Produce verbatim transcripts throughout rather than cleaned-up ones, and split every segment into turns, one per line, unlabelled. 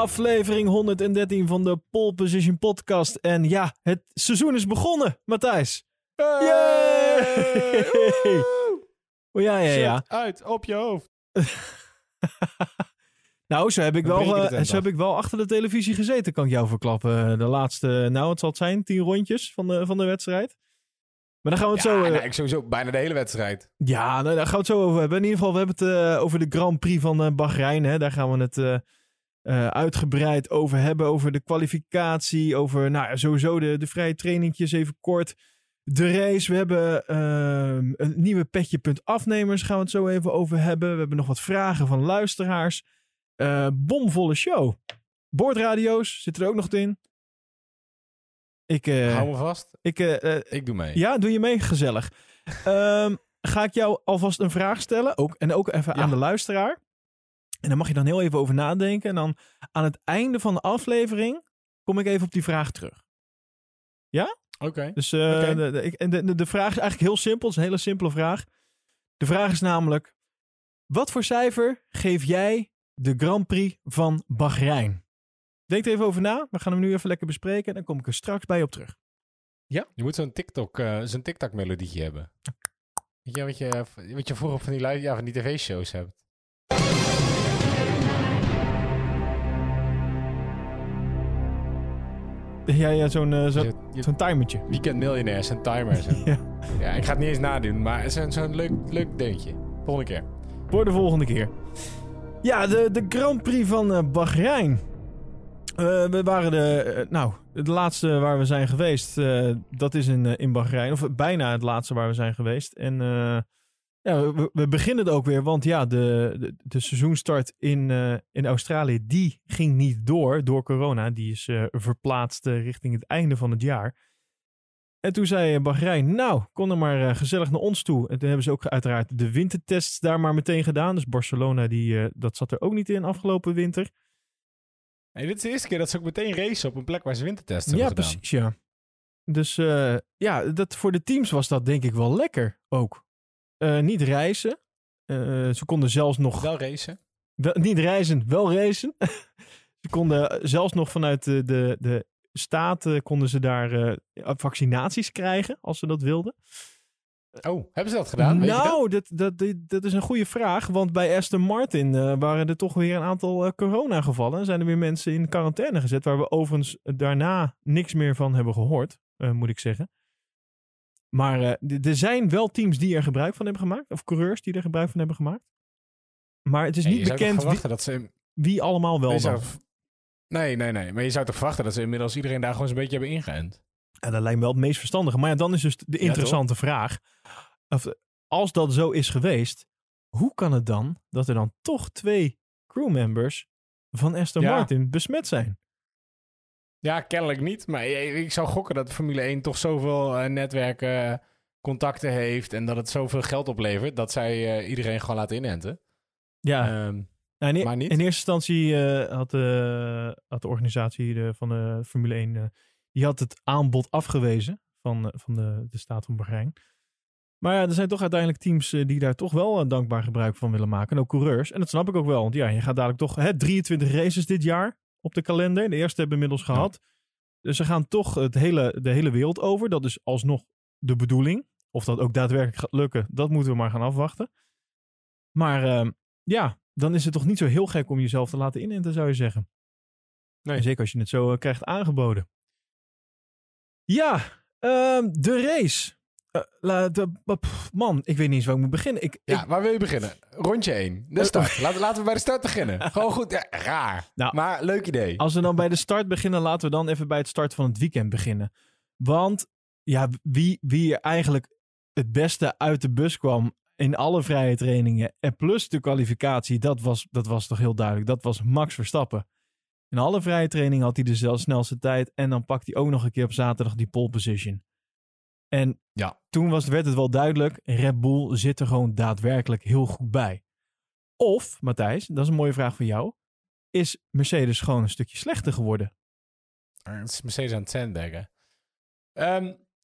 Aflevering honderddertien van de Pole Position podcast. En ja, het seizoen is begonnen, Matthijs.
Hey!
Yay! Oh, ja, ja, ja.
Zet uit op je hoofd.
Nou, zo heb, ik
Dan
wel,
breek je de
uh,
tent
zo heb
af.
ik wel achter de televisie gezeten, kan ik jou verklappen. De laatste, nou, het zal het zijn, tien rondjes van de, van de wedstrijd. Maar daar gaan we het
Ja,
zo... Uh,
nou, ik sowieso bijna de hele wedstrijd.
Ja, nou, daar gaan we het zo over hebben. In ieder geval, we hebben het uh, over de Grand Prix van uh, Bahrein. Hè. Daar gaan we het uh, uh, uitgebreid over hebben. Over de kwalificatie. Over nou, sowieso de, de vrije trainingjes. Even kort. De race. We hebben uh, een nieuwe petje.afnemers. Gaan we het zo even over hebben. We hebben nog wat vragen van luisteraars. Uh, bomvolle show. Boordradio's zitten er ook nog in. Ik, uh,
Hou me vast.
Ik, uh, uh,
Ik doe mee.
Ja, doe je mee? Gezellig. um, ga ik jou alvast een vraag stellen. Ook, en ook even
Ja.
aan de luisteraar. En daar mag je dan heel even over nadenken. En dan aan het einde van de aflevering kom ik even op die vraag terug. Ja?
Oké. Okay.
Dus uh,
okay.
de, de, de, de, de vraag is eigenlijk heel simpel. Het is een hele simpele vraag. De vraag is namelijk: wat voor cijfer geef jij de Grand Prix van Bahrein? Denk er even over na. We gaan hem nu even lekker bespreken. En dan kom ik er straks bij op terug. Ja?
Je moet zo'n TikTok, uh, zo'n TikTok-melodietje hebben. Weet je wat je, wat je vroeger van die, ja, van die tv-shows hebt?
Ja, ja zo'n, uh, zo,
je, je,
zo'n timertje.
Weekend Millionaires en timers. En,
ja.
ja, ik ga het niet eens nadoen, maar het is zo'n, zo'n leuk, leuk deuntje. Volgende keer.
Voor de volgende keer. Ja, de, de Grand Prix van uh, Bahrein. Uh, we waren de, uh, nou, de laatste waar we zijn geweest, uh, dat is in, uh, in Bahrein. Of bijna het laatste waar we zijn geweest. En uh, ja, we, we beginnen het ook weer, want ja, de, de, de seizoenstart in, uh, in Australië, die ging niet door, door corona. Die is uh, verplaatst uh, richting het einde van het jaar. En toen zei Bahrein, nou, kom er maar uh, gezellig naar ons toe. En toen hebben ze ook uiteraard de wintertests daar maar meteen gedaan. Dus Barcelona, die, uh, dat zat er ook niet in afgelopen winter.
Hey, dit is de eerste keer dat ze ook meteen racen op een plek waar ze wintertests hebben
ja,
gedaan.
Precies, ja, Dus uh, ja, dat, voor de teams was dat denk ik wel lekker ook. Uh, niet reizen. Uh, ze konden zelfs nog...
Wel racen.
Wel, niet reizen, wel racen. Ze konden zelfs nog vanuit de, de, de staten konden ze daar uh, vaccinaties krijgen, als ze dat wilden.
Oh, hebben ze dat gedaan? Weet
nou,
dat?
Dat, dat, dat is een goede vraag. Want bij Aston Martin uh, waren er toch weer een aantal uh, coronagevallen. En zijn er weer mensen in quarantaine gezet, waar we overigens daarna niks meer van hebben gehoord, uh, moet ik zeggen. Maar uh, d- er zijn wel teams die er gebruik van hebben gemaakt. Of coureurs die er gebruik van hebben gemaakt. Maar het is
hey,
niet bekend wie,
dat ze...
wie allemaal wel
zou...
dan.
Nee, nee, nee. Maar je zou toch verwachten dat ze inmiddels iedereen daar gewoon zo'n beetje hebben ingeënt.
Ja, dat lijkt me wel het meest verstandige. Maar ja, dan is dus de interessante ja, vraag. Of, als dat zo is geweest, hoe kan het dan dat er dan toch twee crewmembers van Aston ja. Martin besmet zijn?
Ja, kennelijk niet. Maar ik zou gokken dat Formule één toch zoveel uh, netwerken, uh, contacten heeft en dat het zoveel geld oplevert dat zij uh, iedereen gewoon laten inenten.
Ja, um, nou, in,
maar niet.
In eerste instantie uh, had, uh, had de organisatie de, van de Formule één, uh, die had het aanbod afgewezen van, uh, van de, de staat van Bahrein. Maar ja, er zijn toch uiteindelijk teams uh, die daar toch wel uh, dankbaar gebruik van willen maken. En ook coureurs. En dat snap ik ook wel. Want ja, je gaat dadelijk toch hè, drieëntwintig races dit jaar op de kalender. De eerste hebben we inmiddels gehad. Ja. Dus ze gaan toch het hele, de hele wereld over. Dat is alsnog de bedoeling. Of dat ook daadwerkelijk gaat lukken, dat moeten we maar gaan afwachten. Maar uh, ja, dan is het toch niet zo heel gek om jezelf te laten inenten, zou je zeggen. Nee. Zeker als je het zo uh, krijgt aangeboden. Ja, uh, de race. Uh, la, de, pff, man, ik weet niet eens waar ik moet beginnen. Ik,
ja,
ik...
waar wil je beginnen? Rondje één. De start. Laten, laten we bij de start beginnen. Gewoon goed. Ja, raar. Nou, maar leuk idee.
Als we dan bij de start beginnen, laten we dan even bij het start van het weekend beginnen. Want ja, wie, wie er eigenlijk het beste uit de bus kwam in alle vrije trainingen en plus de kwalificatie, dat was, dat was toch heel duidelijk. Dat was Max Verstappen. In alle vrije trainingen had hij de zelfs snelste tijd en dan pakt hij ook nog een keer op zaterdag die pole position. En ja. toen was, werd het wel duidelijk, Red Bull zit er gewoon daadwerkelijk heel goed bij. Of, Matthijs, dat is een mooie vraag voor jou, is Mercedes gewoon een stukje slechter geworden?
Het is Mercedes aan het sandbaggen. Um,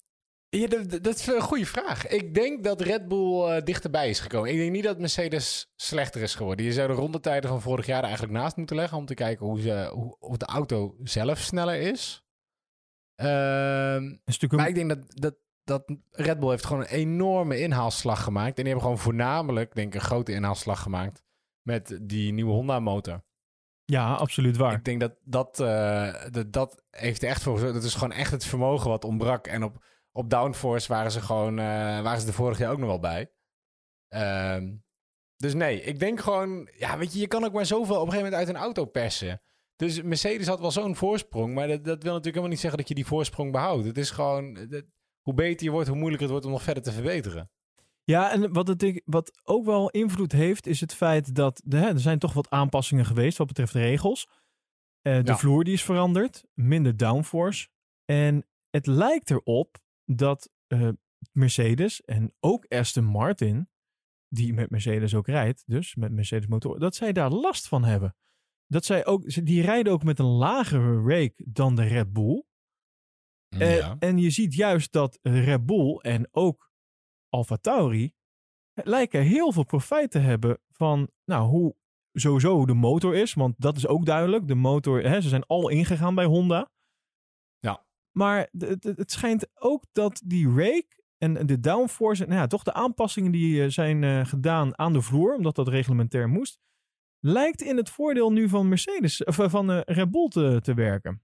Ja, dat, dat is een goede vraag. Ik denk dat Red Bull uh, dichterbij is gekomen. Ik denk niet dat Mercedes slechter is geworden. Je zou de rondetijden van vorig jaar er eigenlijk naast moeten leggen om te kijken hoe ze, hoe, of de auto zelf sneller is. Uh,
een...
Maar ik denk dat, dat, dat Red Bull heeft gewoon een enorme inhaalslag gemaakt. En die hebben gewoon voornamelijk, denk ik, een grote inhaalslag gemaakt met die nieuwe Honda-motor.
Ja, absoluut waar.
Ik denk dat dat, uh, dat, dat heeft er echt voor gezorgd. Dat is gewoon echt het vermogen wat ontbrak. En op, op downforce waren ze gewoon, uh, waren ze de vorig jaar ook nog wel bij. Uh, dus nee, ik denk gewoon, ja, weet je, je kan ook maar zoveel op een gegeven moment uit een auto persen. Dus Mercedes had wel zo'n voorsprong, maar dat, dat wil natuurlijk helemaal niet zeggen dat je die voorsprong behoudt. Het is gewoon, dat, hoe beter je wordt, hoe moeilijker het wordt om nog verder te verbeteren.
Ja, en wat, het, wat ook wel invloed heeft, is het feit dat de, hè, er zijn toch wat aanpassingen geweest wat betreft de regels. Uh, de
ja.
vloer die is veranderd, minder downforce. En het lijkt erop dat uh, Mercedes en ook Aston Martin, die met Mercedes ook rijdt, dus met Mercedes motor, dat zij daar last van hebben. Dat zij ook, die rijden ook met een lagere rake dan de Red Bull.
Ja.
Uh, en je ziet juist dat Red Bull en ook AlphaTauri lijken heel veel profijt te hebben van nou, hoe sowieso de motor is. Want dat is ook duidelijk. De motor, hè, ze zijn al ingegaan bij Honda.
Ja.
Maar het, het schijnt ook dat die rake en de downforce, nou ja, toch de aanpassingen die zijn uh, gedaan aan de vloer, omdat dat reglementair moest, lijkt in het voordeel nu van Mercedes, of van uh, Red Bull te, te werken.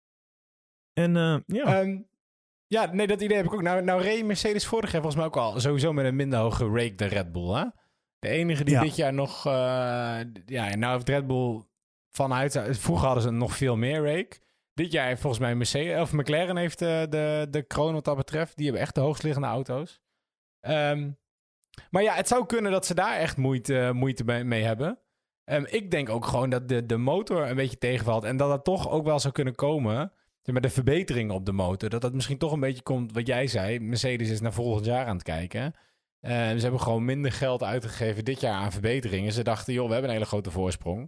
En uh, ja.
Um, ja, nee, dat idee heb ik ook. Nou, nou reed Mercedes vorig jaar volgens mij ook al sowieso met een minder hoge rake dan Red Bull, hè? De enige die ja. dit jaar nog, uh, ja, nou heeft Red Bull vanuit, vroeger hadden ze nog veel meer rake. Dit jaar heeft volgens mij Mercedes, of McLaren heeft uh, de, de kroon wat dat betreft. Die hebben echt de hoogstliggende auto's. Um, maar ja, het zou kunnen dat ze daar echt moeite, moeite mee hebben. Um, ik denk ook gewoon dat de, de motor een beetje tegenvalt. En dat dat toch ook wel zou kunnen komen, met de verbeteringen op de motor. Dat dat misschien toch een beetje komt wat jij zei. Mercedes is naar volgend jaar aan het kijken. Uh, ze hebben gewoon minder geld uitgegeven dit jaar aan verbeteringen. Ze dachten, joh, we hebben een hele grote voorsprong.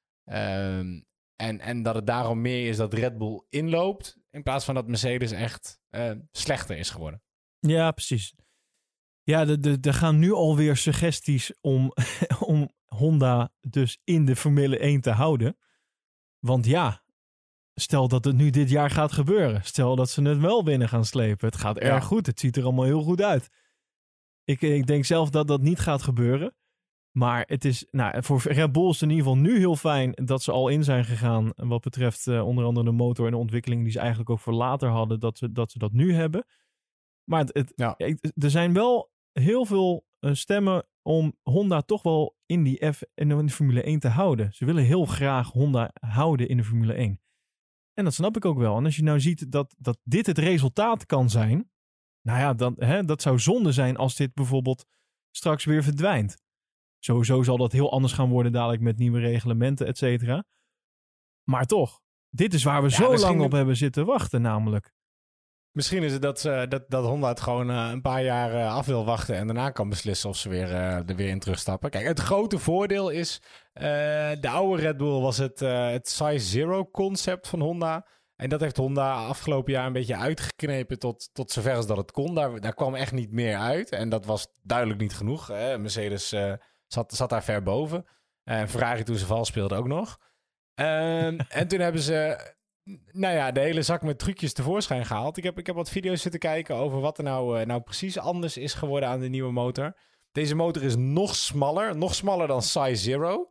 Um, en, en dat het daarom meer is dat Red Bull inloopt, in plaats van dat Mercedes echt uh, slechter is geworden.
Ja, precies. Ja, er gaan nu alweer suggesties om, om Honda dus in de Formule één te houden. Want ja, stel dat het nu dit jaar gaat gebeuren. Stel dat ze het wel binnen gaan slepen. Het gaat erg ja. goed. Het ziet er allemaal heel goed uit. Ik, ik denk zelf dat dat niet gaat gebeuren. Maar het is, nou, voor Red Bull is het in ieder geval nu heel fijn dat ze al in zijn gegaan. Wat betreft uh, onder andere de motor en de ontwikkeling die ze eigenlijk ook voor later hadden. Dat ze dat, ze dat nu hebben. Maar het, het, ja. er zijn wel heel veel uh, stemmen om Honda toch wel in die F in de Formule één te houden. Ze willen heel graag Honda houden in de Formule één. En dat snap ik ook wel. En als je nou ziet dat, dat dit het resultaat kan zijn. Nou ja, dan, hè, dat zou zonde zijn als dit bijvoorbeeld straks weer verdwijnt. Sowieso zal dat heel anders gaan worden dadelijk met nieuwe reglementen, et cetera. Maar toch, dit is waar we ja, zo lang op hebben zitten wachten namelijk.
Misschien is het dat, uh, dat, dat Honda het gewoon uh, een paar jaar uh, af wil wachten en daarna kan beslissen of ze weer, uh, er weer in terugstappen. Kijk, het grote voordeel is, uh, de oude Red Bull was het, uh, het Size Zero concept van Honda. En dat heeft Honda afgelopen jaar een beetje uitgeknepen tot, tot zover als dat het kon. Daar, daar kwam echt niet meer uit. En dat was duidelijk niet genoeg. Hè? Mercedes uh, zat, zat daar ver boven. En uh, Ferrari toen ze vals speelde ook nog. Um, en toen hebben ze, nou ja, de hele zak met trucjes tevoorschijn gehaald. Ik heb, ik heb wat video's zitten kijken over wat er nou, uh, nou precies anders is geworden aan de nieuwe motor. Deze motor is nog smaller. Nog smaller dan Size Zero.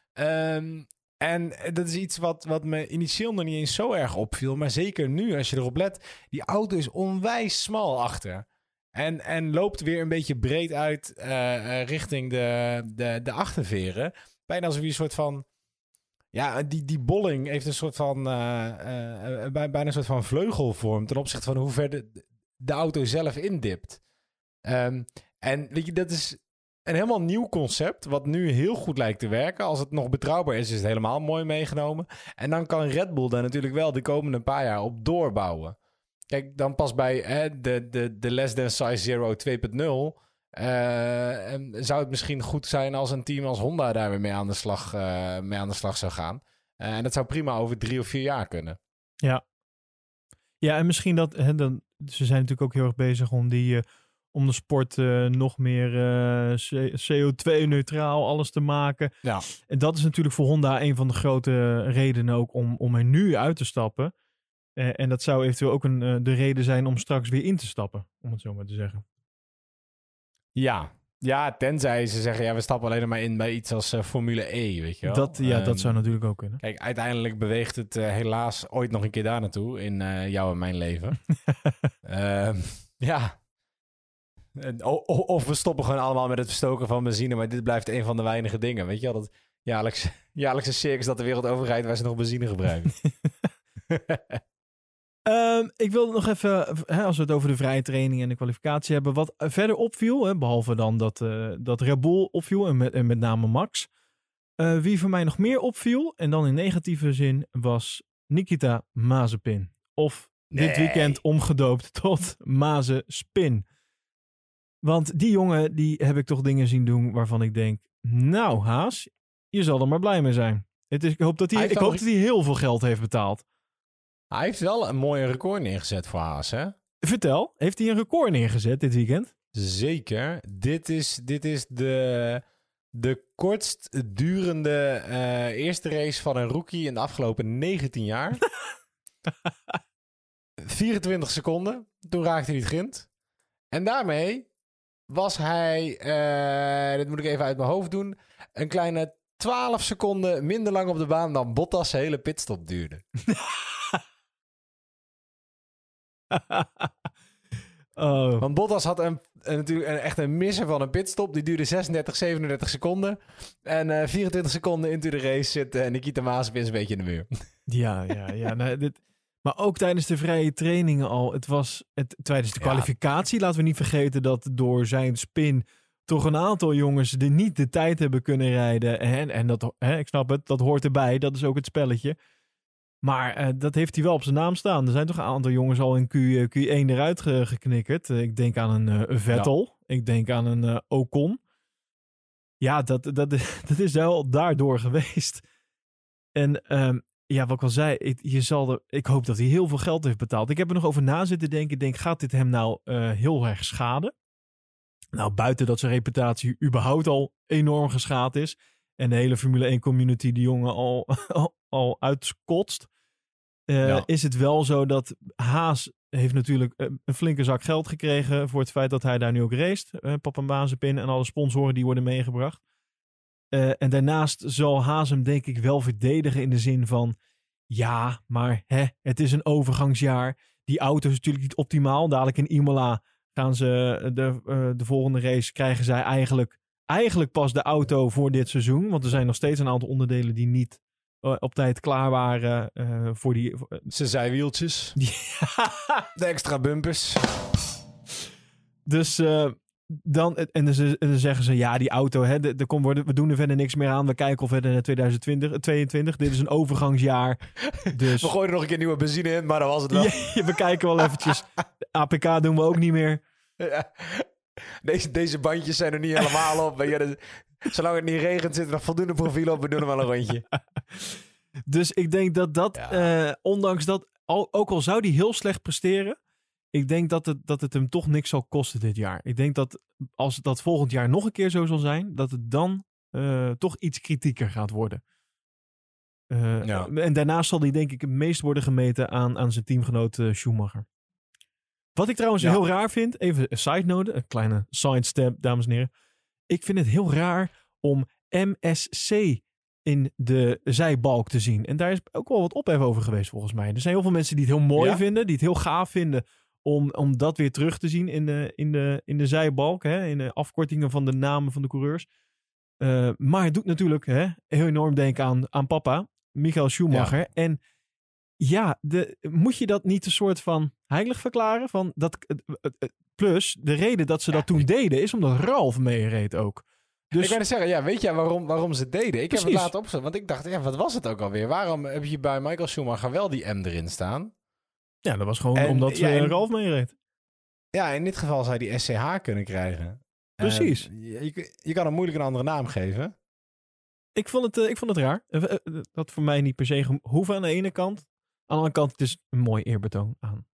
Um, En dat is iets wat, wat me initieel nog niet eens zo erg opviel. Maar zeker nu, als je erop let. Die auto is onwijs smal achter. En, en loopt weer een beetje breed uit uh, uh, richting de, de, de achterveren. Bijna alsof je een soort van... Ja, die, die bolling heeft een soort van... Uh, uh, bijna een soort van vleugelvorm. Ten opzichte van hoe ver de, de auto zelf indipt. Um, en weet je, dat is... Een helemaal nieuw concept, wat nu heel goed lijkt te werken. Als het nog betrouwbaar is, is het helemaal mooi meegenomen. En dan kan Red Bull daar natuurlijk wel de komende paar jaar op doorbouwen. Kijk, dan pas bij hè, de, de, de Less Than Size Zero twee punt nul... Uh, zou het misschien goed zijn als een team als Honda daar weer mee aan de slag, uh, mee aan de slag zou gaan. Uh, en dat zou prima over drie of vier jaar kunnen.
Ja. Ja, en misschien dat... Hè, dan, ze zijn natuurlijk ook heel erg bezig om die... Uh, om de sport uh, nog meer uh, C O twee neutraal alles te maken.
Ja.
En dat is natuurlijk voor Honda een van de grote redenen ook om, om er nu uit te stappen. Uh, en dat zou eventueel ook een, uh, de reden zijn om straks weer in te stappen, om het zo maar te zeggen.
Ja, ja tenzij ze zeggen, ja, we stappen alleen maar in bij iets als uh, Formule E, weet je wel.
Dat, ja, um, dat zou natuurlijk ook kunnen.
Kijk, uiteindelijk beweegt het uh, helaas ooit nog een keer daar naartoe in uh, jouw en mijn leven. uh, ja... Of we stoppen gewoon allemaal met het verstoken van benzine, maar dit blijft een van de weinige dingen. Weet je wel, dat jaarlijks, jaarlijkse circus dat de wereld overrijdt waar ze nog benzine gebruiken.
um, ik wil nog even, hè, als we het over de vrije training en de kwalificatie hebben, wat verder opviel, hè, behalve dan dat, uh, dat Red Bull opviel en met, en met name Max. Uh, wie voor mij nog meer opviel, en dan in negatieve zin, was Nikita Mazepin. Of nee. dit weekend omgedoopt tot Mazepin. Want die jongen, die heb ik toch dingen zien doen waarvan ik denk... Nou, Haas, je zal er maar blij mee zijn. Het is, ik hoop dat hij, hij, ik hoop dat hij heel veel geld heeft betaald.
Hij heeft wel een mooi record neergezet voor Haas, hè?
Vertel, heeft hij een record neergezet dit weekend?
Zeker. Dit is, dit is de, de kortst durende uh, eerste race van een rookie in de afgelopen negentien jaar. vierentwintig seconden. Toen raakte hij het grind. En daarmee... was hij, uh, dit moet ik even uit mijn hoofd doen, een kleine twaalf seconden minder lang op de baan dan Bottas' hele pitstop duurde. oh. Want Bottas had een, een, natuurlijk een, echt een misser van een pitstop. Die duurde zesendertig, zevenendertig seconden. En uh, vierentwintig seconden into de race zit uh, Nikita Mazepin een beetje in de muur.
ja, ja, ja. Nou, dit... Maar ook tijdens de vrije trainingen al. Het was het, tijdens de kwalificatie. Ja. Laten we niet vergeten dat door zijn spin toch een aantal jongens er niet de tijd hebben kunnen rijden. En, en dat, hè, ik snap het, dat hoort erbij. Dat is ook het spelletje. Maar uh, dat heeft hij wel op zijn naam staan. Er zijn toch een aantal jongens al in Q, uh, Q één eruit ge, geknikkerd. Uh, ik denk aan een uh, Vettel. Ja. Ik denk aan een uh, Ocon. Ja, dat, dat, dat is wel daardoor geweest. En... Um, Ja, wat ik al zei, ik, je zal er, ik hoop dat hij heel veel geld heeft betaald. Ik heb er nog over na zitten denken. Ik denk, gaat dit hem nou uh, heel erg schaden? Nou, buiten dat zijn reputatie überhaupt al enorm geschaad is. En de hele Formule één community die jongen al, al, al uitskotst. Uh, ja. Is het wel zo dat Haas heeft natuurlijk uh, een flinke zak geld gekregen voor het feit dat hij daar nu ook race. Uh, Papa Mazepin en alle sponsoren die worden meegebracht. Uh, en daarnaast zal Haas hem denk ik wel verdedigen in de zin van... Ja, maar hè, het is een overgangsjaar. Die auto is natuurlijk niet optimaal. Dadelijk in Imola gaan ze de, uh, de volgende race krijgen zij eigenlijk, eigenlijk pas de auto voor dit seizoen. Want er zijn nog steeds een aantal onderdelen die niet uh, op tijd klaar waren uh, voor die... Uh,
Ze zijwieltjes. De extra bumpers.
Dus... Uh, Dan, en, dan, en dan zeggen ze, ja, die auto, hè, de, de kom worden, we doen er verder niks meer aan. We kijken of we in twintig tweeëntwintig. Dit is een overgangsjaar. Dus...
We gooien er nog een keer nieuwe benzine in, maar dan was het wel.
Ja, we kijken wel eventjes. A P K doen we ook niet meer.
Ja. Deze, deze bandjes zijn er niet helemaal op. Ja, dus, zolang het niet regent, zit er nog voldoende profiel op. We doen er wel een rondje.
Dus ik denk dat dat, ja. uh, ondanks dat, al, ook al zou die heel slecht presteren... Ik denk dat het, dat het hem toch niks zal kosten dit jaar. Ik denk dat als dat volgend jaar nog een keer zo zal zijn... dat het dan uh, toch iets kritieker gaat worden. Uh, ja. En daarnaast zal hij denk ik het meest worden gemeten aan, aan zijn teamgenoot uh, Schumacher. Wat ik trouwens ja. heel raar vind... Even een side note, een kleine sidestep, dames en heren. Ik vind het heel raar om M S C in de zijbalk te zien. En daar is ook wel wat ophef over geweest volgens mij. Er zijn heel veel mensen die het heel mooi ja? vinden... die het heel gaaf vinden... Om, om dat weer terug te zien in de, in de, in de zijbalk. Hè? In de afkortingen van de namen van de coureurs. Uh, maar het doet natuurlijk hè, heel enorm denken aan, aan papa. Michael Schumacher. Ja. En ja, de, moet je dat niet een soort van heilig verklaren? Van dat, plus, de reden dat ze ja, dat toen ik... deden... is omdat Ralf meereed ook. Dus...
Ik wou zeggen, ja, weet je waarom, waarom ze het deden? Ik Precies. heb het laten opzetten. Want ik dacht, ja, wat was het ook alweer? Waarom heb je bij Michael Schumacher wel die M erin staan?
Ja, dat was gewoon en, omdat ja, en, Ralf meereed.
Ja, in dit geval zou hij die S C H kunnen krijgen.
Precies.
Uh, je, je kan hem moeilijk een andere naam geven.
Ik vond het, uh, ik vond het raar. Uh, uh, dat voor mij niet per se hoeven aan de ene kant. Aan de andere kant, het is een mooi eerbetoon aan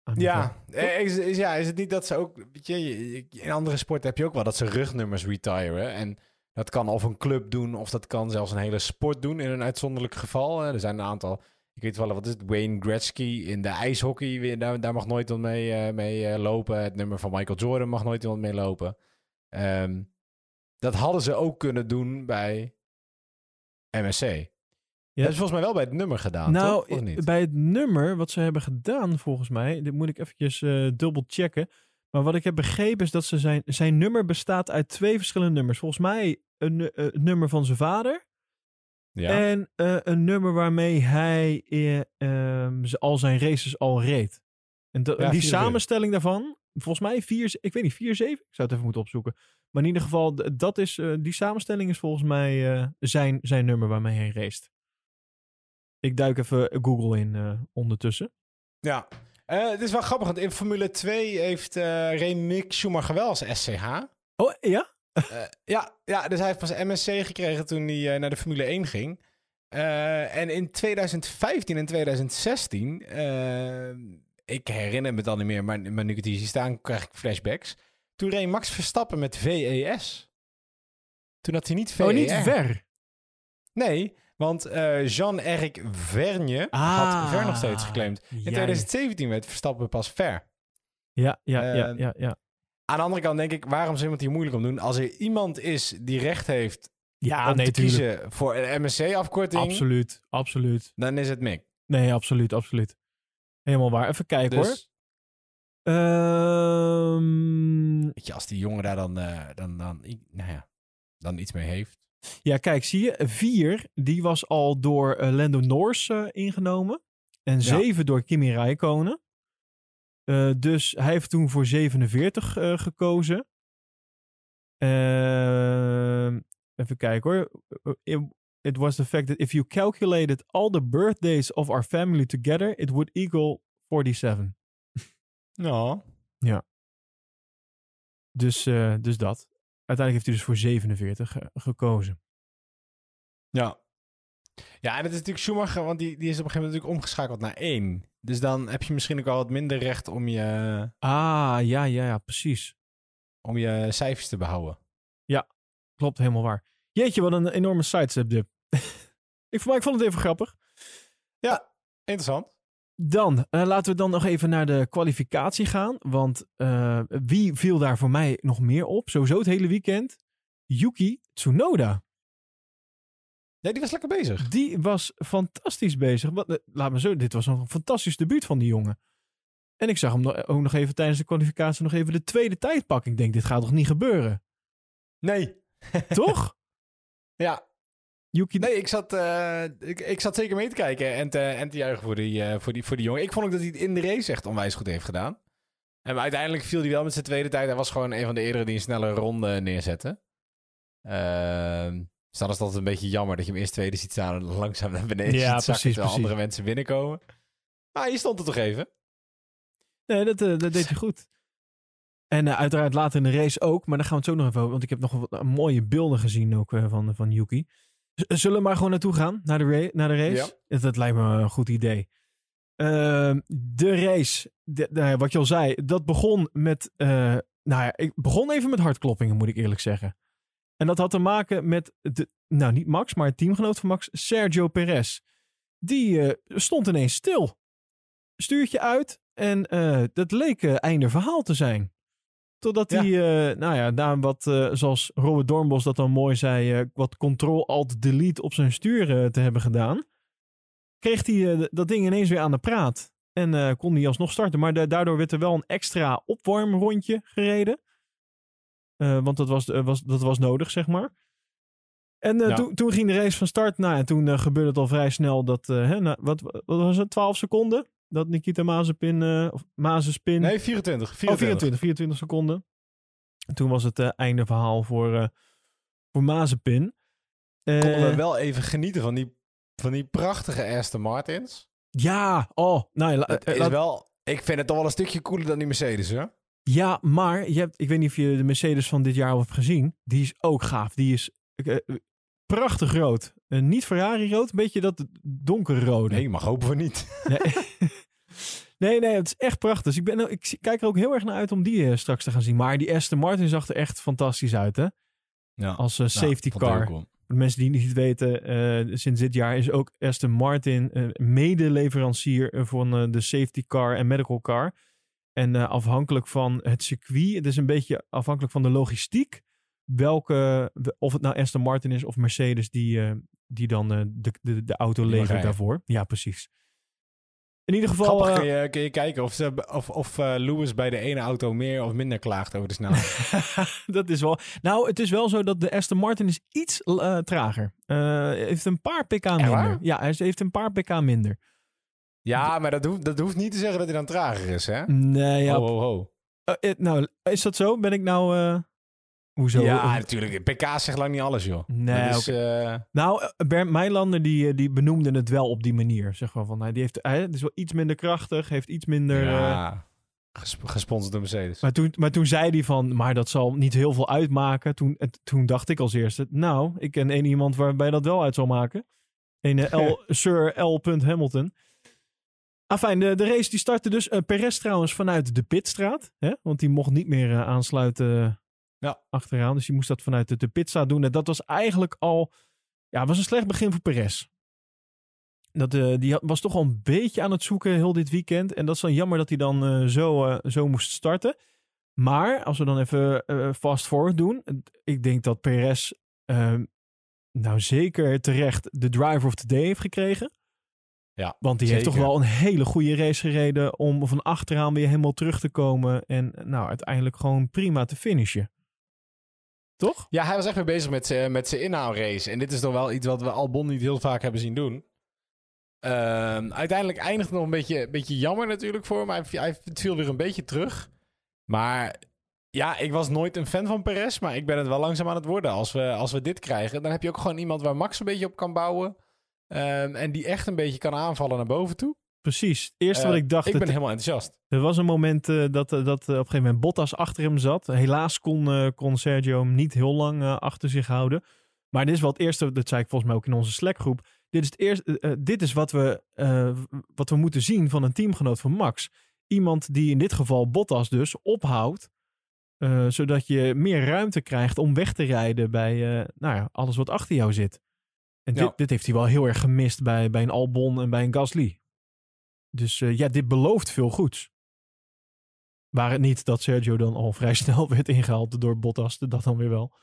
aan
Ja, eh, is, is, ja, is het niet dat ze ook... Weet je, in andere sporten heb je ook wel dat ze rugnummers retiren. En dat kan of een club doen, of dat kan zelfs een hele sport doen in een uitzonderlijk geval. Er zijn een aantal... Ik weet wel, wat is het? Wayne Gretzky in de ijshockey. Daar, daar mag nooit iemand mee, uh, mee uh, lopen. Het nummer van Michael Jordan mag nooit iemand mee lopen. Um, dat hadden ze ook kunnen doen bij M S C. Ja. Dat is volgens mij wel bij het nummer gedaan,
nou,
toch? Of niet?
Bij het nummer, wat ze hebben gedaan volgens mij... Dit moet ik eventjes uh, dubbel checken. Maar wat ik heb begrepen is dat ze zijn, zijn nummer bestaat uit twee verschillende nummers. Volgens mij een uh, nummer van zijn vader... Ja. En uh, een nummer waarmee hij uh, uh, al zijn races al reed. En de, ja, die samenstelling daarvan, volgens mij vier, ik weet niet, vier zeven? Ik zou het even moeten opzoeken. Maar in ieder geval, dat is, uh, die samenstelling is volgens mij uh, zijn, zijn nummer waarmee hij race. Ik duik even Google in uh, ondertussen.
Ja, uh, het is wel grappig, want in Formule twee heeft uh, reed Mick Schumacher wel als S C H.
Oh, ja?
Uh, ja, ja, dus hij heeft pas M S C gekregen toen hij uh, naar de Formule één ging. Uh, en in twintig vijftien en twintig zestien, uh, ik herinner me het al niet meer, maar, maar nu ik het hier zie staan, krijg ik flashbacks. Toen reed Max Verstappen met V E S. Toen had hij niet V E R.
Oh, niet ver?
Nee, want uh, Jean-Eric Vergne ah, had Ver nog steeds geclaimd. In jij. twintig zeventien werd Verstappen pas Ver.
Ja, ja,
uh,
ja, ja, ja.
Aan de andere kant denk ik, waarom zou iemand hier moeilijk om doen? Als er iemand is die recht heeft
ja,
om
nee,
te
tuurlijk.
kiezen voor een M S C-afkorting...
Absoluut, absoluut.
Dan is het Mick.
Nee, absoluut, absoluut. Helemaal waar. Even kijken dus, hoor. Um...
Weet je, als die jongen daar dan, uh, dan, dan, nou ja, dan iets mee heeft.
Ja, kijk, zie je. Vier, die was al door uh, Lando Norris uh, ingenomen. En ja. zeven door Kimi Räikkönen. Uh, dus hij heeft toen voor zevenenveertig uh, gekozen. Uh, even kijken hoor. It, it was the fact that if you calculated all the birthdays of our family together, it would equal forty-seven.
Ja.
Ja. Dus, uh, dus dat. Uiteindelijk heeft hij dus voor zevenenveertig uh, gekozen.
Ja. Ja, en het is natuurlijk Schumacher, want die, die is op een gegeven moment natuurlijk omgeschakeld naar één. Dus dan heb je misschien ook wel wat minder recht om je...
Ah, ja, ja, ja, precies.
Om je cijfers te behouden.
Ja, klopt, helemaal waar. Jeetje, wat een enorme sidestep dip. ik, vond, ik vond het even grappig.
Ja, interessant.
Dan, uh, laten we dan nog even naar de kwalificatie gaan. Want uh, wie viel daar voor mij nog meer op? Sowieso het hele weekend. Yuki Tsunoda.
Ja, die was lekker bezig.
Die was fantastisch bezig. Wat, uh, laat me zo, dit was een fantastisch debuut van die jongen. En ik zag hem nog, ook nog even tijdens de kwalificatie nog even de tweede tijd pakken. Ik denk, dit gaat toch niet gebeuren?
Nee.
Toch?
Ja.
Yuki...
Nee, ik zat, uh, ik, ik zat zeker mee te kijken en te, en te juichen voor die, uh, voor, die, voor die jongen. Ik vond ook dat hij het in de race echt onwijs goed heeft gedaan. En uiteindelijk viel hij wel met zijn tweede tijd. Hij was gewoon een van de eerdere die een snelle ronde neerzette. Uh, dus dan is dat een beetje jammer dat je hem eerst tweede ziet staan en langzaam naar beneden
ja,
ziet zakken terwijl andere mensen binnenkomen. Maar je stond er toch even.
Nee, dat, uh, dat deed hij goed. En uh, uiteraard later in de race ook. Maar daar gaan we het zo nog even over. Want ik heb nog wat mooie beelden gezien ook uh, van, van Yuki. Z- zullen we maar gewoon naartoe gaan? Naar de, ra- naar de race? Ja. Dat, dat lijkt me een goed idee. Uh, de race, de, de, wat je al zei, dat begon met... Uh, nou ja, ik begon even met hartkloppingen, moet ik eerlijk zeggen. En dat had te maken met, de, nou niet Max, maar het teamgenoot van Max, Sergio Perez. Die uh, stond ineens stil. Stuurtje uit en uh, dat leek uh, einde verhaal te zijn. Totdat hij, ja. uh, nou ja, na wat, uh, zoals Robert Doornbos dat dan mooi zei, uh, wat control-alt-delete op zijn stuur uh, te hebben gedaan, kreeg hij uh, dat ding ineens weer aan de praat. En uh, kon hij alsnog starten. Maar da- daardoor werd er wel een extra opwarmrondje gereden. Uh, want dat was, uh, was, dat was nodig, zeg maar. En uh, ja. to- toen ging de race van start. Nou, en toen uh, gebeurde het al vrij snel dat, uh, hè, nou, wat, wat was het, twaalf seconden? Dat Nikita Mazepin, uh, of Mazepin...
Nee, vierentwintig. vierentwintig.
Oh, vierentwintig, vierentwintig seconden. En toen was het uh, einde verhaal voor, uh, voor Mazepin.
Uh, Konden we wel even genieten van die, van die prachtige Aston Martins?
Ja, oh. Nou, la,
het is la, wel, ik vind het toch wel een stukje cooler dan die Mercedes, hè?
Ja, maar je hebt, ik weet niet of je de Mercedes van dit jaar al hebt gezien. Die is ook gaaf. Die is uh, prachtig rood. Uh, niet Ferrari rood, een beetje dat donkerrode.
Nee, je mag hopen van niet.
Nee. Nee, nee, het is echt prachtig. Dus ik, ben, ik kijk er ook heel erg naar uit om die uh, straks te gaan zien. Maar die Aston Martin zag er echt fantastisch uit, hè?
Ja.
Als uh, safety
ja,
car. Voor de mensen die het niet weten, uh, sinds dit jaar is ook Aston Martin uh, medeleverancier van uh, de safety car en medical car. En uh, afhankelijk van het circuit, het is een beetje afhankelijk van de logistiek, welke, of het nou Aston Martin is of Mercedes, die, uh, die dan uh, de, de, de auto levert daarvoor. Ja, precies. In ieder geval...
Grappig,
uh,
kun, je, kun je kijken of, ze, of, of uh, Lewis bij de ene auto meer of minder klaagt over de snelheid.
Dat is wel... Nou, het is wel zo dat de Aston Martin is iets uh, trager. Uh, heeft een paar pk minder.
Waar?
Ja, hij heeft een paar pk minder.
Ja, maar dat hoeft, dat hoeft niet te zeggen dat hij dan trager is, hè?
Nee, ja.
Ho, ho, ho.
Uh, it, nou, is dat zo? Ben ik nou... Uh... Hoezo?
Ja, natuurlijk. P K zegt lang niet alles, joh.
Nee,
is,
okay.
uh...
Nou, Bernd Meilander die, die benoemde het wel op die manier. Zeg maar van, hij, die heeft, hij het is wel iets minder krachtig, heeft iets minder...
Ja,
uh...
gesp- gesponsord door Mercedes.
Maar toen, maar toen zei hij van, maar dat zal niet heel veel uitmaken. Toen, het, toen dacht ik als eerste, nou, ik ken één iemand waarbij dat wel uit zal maken. Een uh, L, Sir L. Hamilton. Afijn, de, de race die startte dus. Uh, Perez trouwens vanuit de pitstraat. Hè? Want die mocht niet meer uh, aansluiten ja. achteraan. Dus die moest dat vanuit de, de pitstraat doen. En dat was eigenlijk al... Ja, was een slecht begin voor Perez. Dat, uh, die had, was toch al een beetje aan het zoeken heel dit weekend. En dat is dan jammer dat hij dan uh, zo, uh, zo moest starten. Maar als we dan even uh, fast forward doen. Ik denk dat Perez uh, nou zeker terecht de driver of the day heeft gekregen.
Ja,
Want die
zeker.
heeft toch wel een hele goede race gereden om van achteraan weer helemaal terug te komen. En nou, uiteindelijk gewoon prima te finishen. Toch?
Ja, hij was echt weer bezig met zijn met zijn inhaalrace. En dit is toch wel iets wat we Albon niet heel vaak hebben zien doen. Uh, uiteindelijk eindigt het nog een beetje, beetje jammer natuurlijk voor hem. Hij, hij viel weer een beetje terug. Maar ja, ik was nooit een fan van Perez. Maar ik ben het wel langzaam aan het worden. Als we, als we dit krijgen, dan heb je ook gewoon iemand waar Max een beetje op kan bouwen. Um, en die echt een beetje kan aanvallen naar boven toe.
Precies. Het eerste uh, wat ik dacht...
Ik ben
het,
helemaal enthousiast.
Er was een moment uh, dat, uh, dat uh, op een gegeven moment Bottas achter hem zat. Helaas kon, uh, kon Sergio hem niet heel lang uh, achter zich houden. Maar dit is wel het eerste, dat zei ik volgens mij ook in onze Slack-groep. Dit is, het eerste, uh, dit is wat, we, uh, wat we moeten zien van een teamgenoot van Max. Iemand die in dit geval Bottas dus ophoudt. Uh, zodat je meer ruimte krijgt om weg te rijden bij uh, nou ja, alles wat achter jou zit. En dit, ja. dit heeft hij wel heel erg gemist bij, bij een Albon en bij een Gasly. Dus uh, ja, dit belooft veel goeds. Waar het niet dat Sergio dan al vrij snel werd ingehaald door Bottas, dat dan weer wel.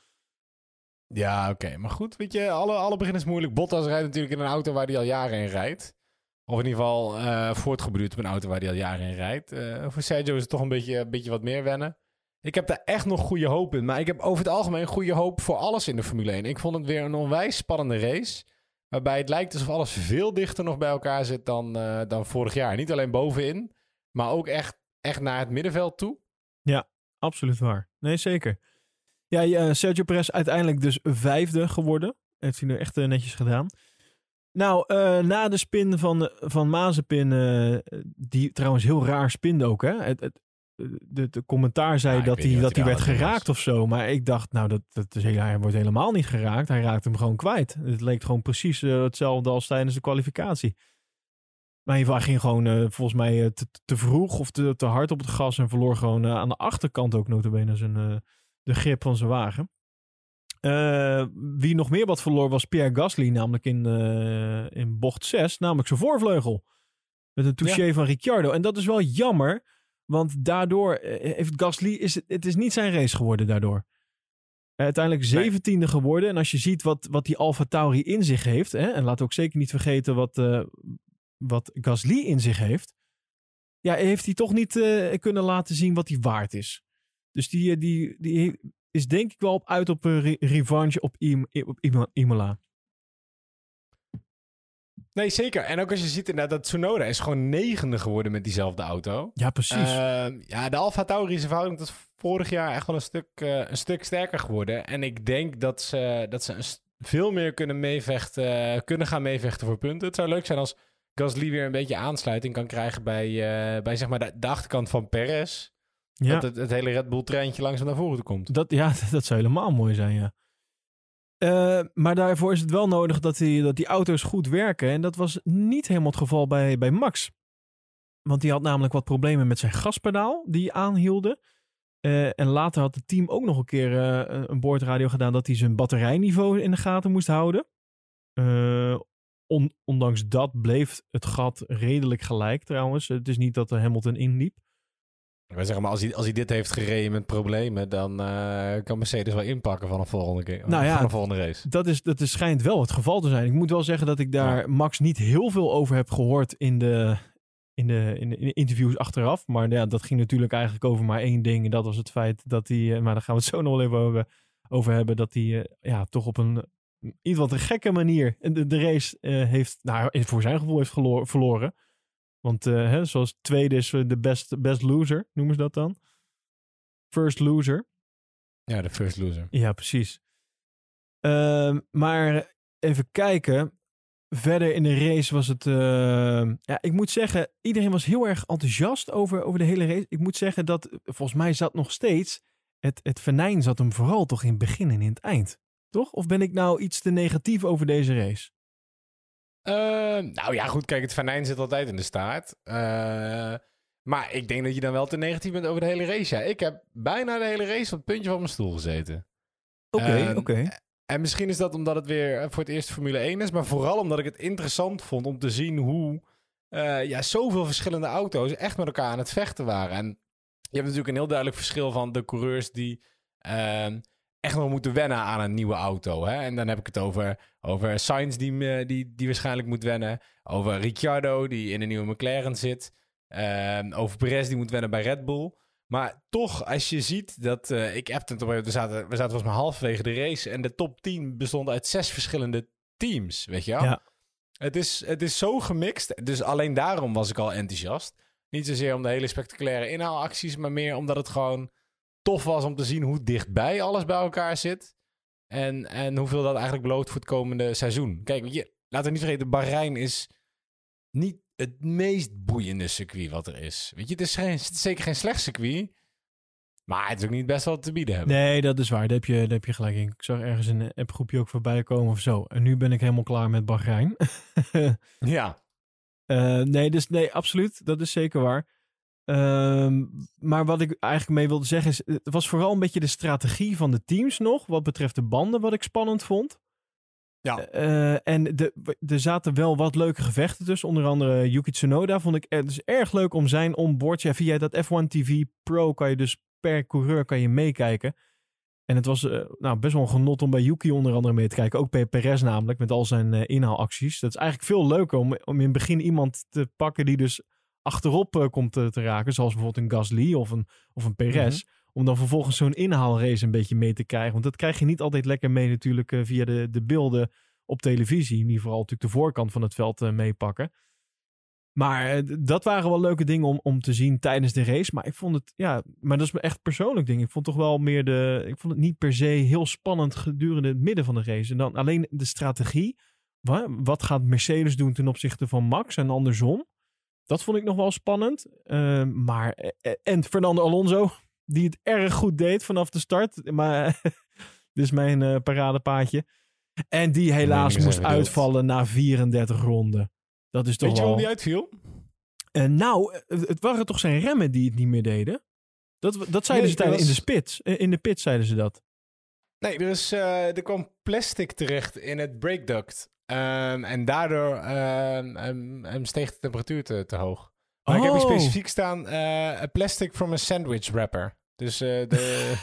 Ja, oké. Okay. Maar goed, weet je, alle, alle begin is moeilijk. Bottas rijdt natuurlijk in een auto waar hij al jaren in rijdt. Of in ieder geval uh, voortgeborduurd op een auto waar hij al jaren in rijdt. Uh, voor Sergio is het toch een beetje, een beetje wat meer wennen. Ik heb daar echt nog goede hoop in. Maar ik heb over het algemeen goede hoop voor alles in de Formule één. Ik vond het weer een onwijs spannende race. Waarbij het lijkt alsof alles veel dichter nog bij elkaar zit dan, uh, dan vorig jaar. Niet alleen bovenin, maar ook echt, echt naar het middenveld toe.
Ja, absoluut waar. Nee, zeker. Ja, ja Sergio Perez uiteindelijk dus vijfde geworden. Heeft hij nu echt uh, netjes gedaan. Nou, uh, na de spin van, van Mazepin, uh, die trouwens heel raar spinde ook, hè. Het, het, de, de commentaar zei ja, dat hij dat hij werd geraakt of zo. Maar ik dacht, nou, dat, dat is heel, hij wordt helemaal niet geraakt. Hij raakt hem gewoon kwijt. Het leek gewoon precies uh, hetzelfde als tijdens de kwalificatie. Maar in ieder geval, hij ging gewoon uh, volgens mij uh, te, te vroeg of te, te hard op het gas en verloor gewoon uh, aan de achterkant ook notabene zijn, uh, de grip van zijn wagen. Uh, wie nog meer wat verloor was Pierre Gasly, namelijk in, uh, in bocht zes, namelijk zijn voorvleugel. Met een touché ja. van Ricciardo. En dat is wel jammer, want daardoor heeft Gasly, is het, het is niet zijn race geworden daardoor. Uh, uiteindelijk zeventiende nee. geworden. En als je ziet wat, wat die AlphaTauri in zich heeft, hè, en laat ook zeker niet vergeten wat, uh, wat Gasly in zich heeft, ja, heeft hij toch niet uh, kunnen laten zien wat hij waard is. Dus die, die, die is denk ik wel op, uit op een re- revanche op, Im- op Im- Imola.
Nee, zeker. En ook als je ziet inderdaad dat Tsunoda is gewoon negende geworden met diezelfde auto.
Ja, precies.
Uh, ja, de AlphaTauri is verhouding tot vorig jaar echt wel een stuk, uh, een stuk sterker geworden. En ik denk dat ze, dat ze een st- veel meer kunnen meevechten, uh, kunnen gaan meevechten voor punten. Het zou leuk zijn als Gasly weer een beetje aansluiting kan krijgen bij, uh, bij zeg maar de, de achterkant van Perez. Ja. Dat het, het hele Red Bull treintje langzaam naar voren komt.
Dat, ja, dat zou helemaal mooi zijn, ja. Uh, maar daarvoor is het wel nodig dat die, dat die auto's goed werken. En dat was niet helemaal het geval bij, bij Max. Want die had namelijk wat problemen met zijn gaspedaal die aanhielden. Uh, en later had het team ook nog een keer uh, een boordradio gedaan dat hij zijn batterijniveau in de gaten moest houden. Uh, on, ondanks dat bleef het gat redelijk gelijk trouwens. Het is niet dat Hamilton inliep.
Wij zeggen maar, als hij, als hij dit heeft gereden met problemen, dan uh, kan Mercedes wel inpakken van een volgende keer.
Nou ja,
van een volgende race.
Dat, is, dat is, schijnt wel het geval te zijn. Ik moet wel zeggen dat ik daar ja. Max niet heel veel over heb gehoord in de, in de, in de, in de interviews achteraf. Maar ja, dat ging natuurlijk eigenlijk over maar één ding. En dat was het feit dat hij, maar daar gaan we het zo nog wel even over, over hebben, dat hij uh, ja, toch op een iets wat een gekke manier de, de race uh, heeft, nou, voor zijn gevoel heeft geloor, verloren. Want uh, hè, zoals tweede is de best, best loser, noemen ze dat dan? First loser.
Ja, de first loser.
Ja, precies. Uh, maar even kijken. Verder in de race was het... Uh, ja, ik moet zeggen, iedereen was heel erg enthousiast over, over de hele race. Ik moet zeggen dat, volgens mij zat nog steeds... Het, het venijn zat hem vooral toch in het begin en in het eind. Toch? Of ben ik nou iets te negatief over deze race?
Uh, nou ja, goed, kijk, het venijn zit altijd in de staart. Uh, maar ik denk dat je dan wel te negatief bent over de hele race. Ja, ik heb bijna de hele race op het puntje van mijn stoel gezeten.
Oké, okay, uh, oké. Okay.
En misschien is dat omdat het weer voor het eerst Formule één is, maar vooral omdat ik het interessant vond om te zien hoe uh, ja, zoveel verschillende auto's echt met elkaar aan het vechten waren. En je hebt natuurlijk een heel duidelijk verschil van de coureurs die... Uh, echt nog moeten wennen aan een nieuwe auto. Hè? En dan heb ik het over, over Sainz die, die, die waarschijnlijk moet wennen. Over Ricciardo die in een nieuwe McLaren zit. Uh, over Perez die moet wennen bij Red Bull. Maar toch, als je ziet dat... Uh, ik heb het we zaten, we zaten volgens mij halverwege de race. En de top tien bestond uit zes verschillende teams. Weet je wel?
Ja.
Het is, het is zo gemixt. Dus alleen daarom was ik al enthousiast. Niet zozeer om de hele spectaculaire inhaalacties, maar meer omdat het gewoon tof was om te zien hoe dichtbij alles bij elkaar zit. En, en hoeveel dat eigenlijk belooft voor het komende seizoen. Kijk, weet je, laten we niet vergeten, Bahrein is niet het meest boeiende circuit wat er is. Weet je, het is, geen, het is zeker geen slecht circuit. Maar het is ook niet best wel te bieden hebben.
Nee, dat is waar. Daar heb je, daar heb je gelijk in. Ik zag ergens een appgroepje ook voorbij komen of zo. En nu ben ik helemaal klaar met Bahrein.
Ja.
Uh, nee, dus nee, absoluut. Dat is zeker waar. Um, maar wat ik eigenlijk mee wilde zeggen is... Het was vooral een beetje de strategie van de teams nog. Wat betreft de banden, wat ik spannend vond.
Ja.
Uh, en de, er zaten wel wat leuke gevechten tussen. Onder andere Yuki Tsunoda vond ik... Het is erg leuk om zijn onboard... Ja, via dat F één T V Pro kan je dus per coureur kan je meekijken. En het was uh, nou, best wel een genot om bij Yuki onder andere mee te kijken. Ook bij Perez namelijk, met al zijn uh, inhaalacties. Dat is eigenlijk veel leuker om, om in het begin iemand te pakken die dus achterop uh, komt uh, te raken. Zoals bijvoorbeeld een Gasly of een, of een Perez. Mm-hmm. Om dan vervolgens zo'n inhaalrace een beetje mee te krijgen. Want dat krijg je niet altijd lekker mee natuurlijk uh, via de, de beelden op televisie. Die vooral natuurlijk de voorkant van het veld uh, meepakken. Maar uh, dat waren wel leuke dingen om, om te zien tijdens de race. Maar ik vond het, ja, maar dat is me echt persoonlijk ding. Ik vond toch wel meer de, ik vond het niet per se heel spannend gedurende het midden van de race. En dan alleen de strategie. Wat, wat gaat Mercedes doen ten opzichte van Max en andersom? Dat vond ik nog wel spannend. Uh, maar, en Fernando Alonso, die het erg goed deed vanaf de start. Maar dit is mijn uh, paradepaadje. En die helaas moest uitvallen na vierendertig ronden. Dat is toch
Weet je
wel...
waarom die uitviel?
Uh, nou, het waren toch zijn remmen die het niet meer deden? Dat, dat zeiden
nee,
ze tijdens
was...
in de spits. In de pit zeiden ze dat.
Nee, er, is, uh, er kwam plastic terecht in het brake duct. Um, en daardoor um, um, um, steeg de temperatuur te, te hoog. Maar oh. ik heb hier specifiek staan uh, plastic from a sandwich wrapper. Dus uh, de...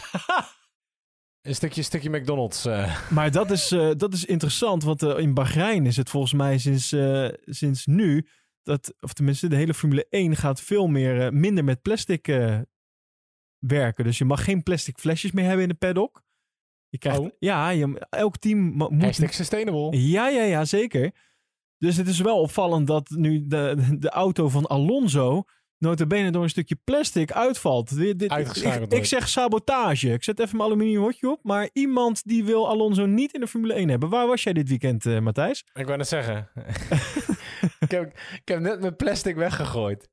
Een stukje, stukje McDonald's. Uh.
Maar dat is, uh, dat is interessant, want uh, in Bahrein is het volgens mij sinds, uh, sinds nu, dat, of tenminste de hele Formule één gaat veel meer, uh, minder met plastic uh, werken. Dus je mag geen plastic flesjes meer hebben in de paddock. Je krijgt,
oh.
Ja, je, elk team moet...
Hashtag sustainable.
Ja, ja, ja, zeker. Dus het is wel opvallend dat nu de, de auto van Alonso nota bene door een stukje plastic uitvalt. Dit, dit, ik, ik zeg sabotage. Ik zet even mijn aluminium hotje op. Maar iemand die wil Alonso niet in de Formule één hebben. Waar was jij dit weekend, uh, Matthijs?
Ik wou net zeggen. ik, heb, ik heb net mijn plastic weggegooid.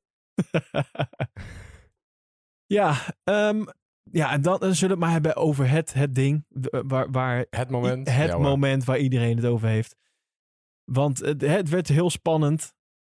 ja, um, ja, en dan zullen we het maar hebben over het, het ding. Waar, waar
het moment.
Het
ja,
moment waar iedereen het over heeft. Want het, het werd heel spannend.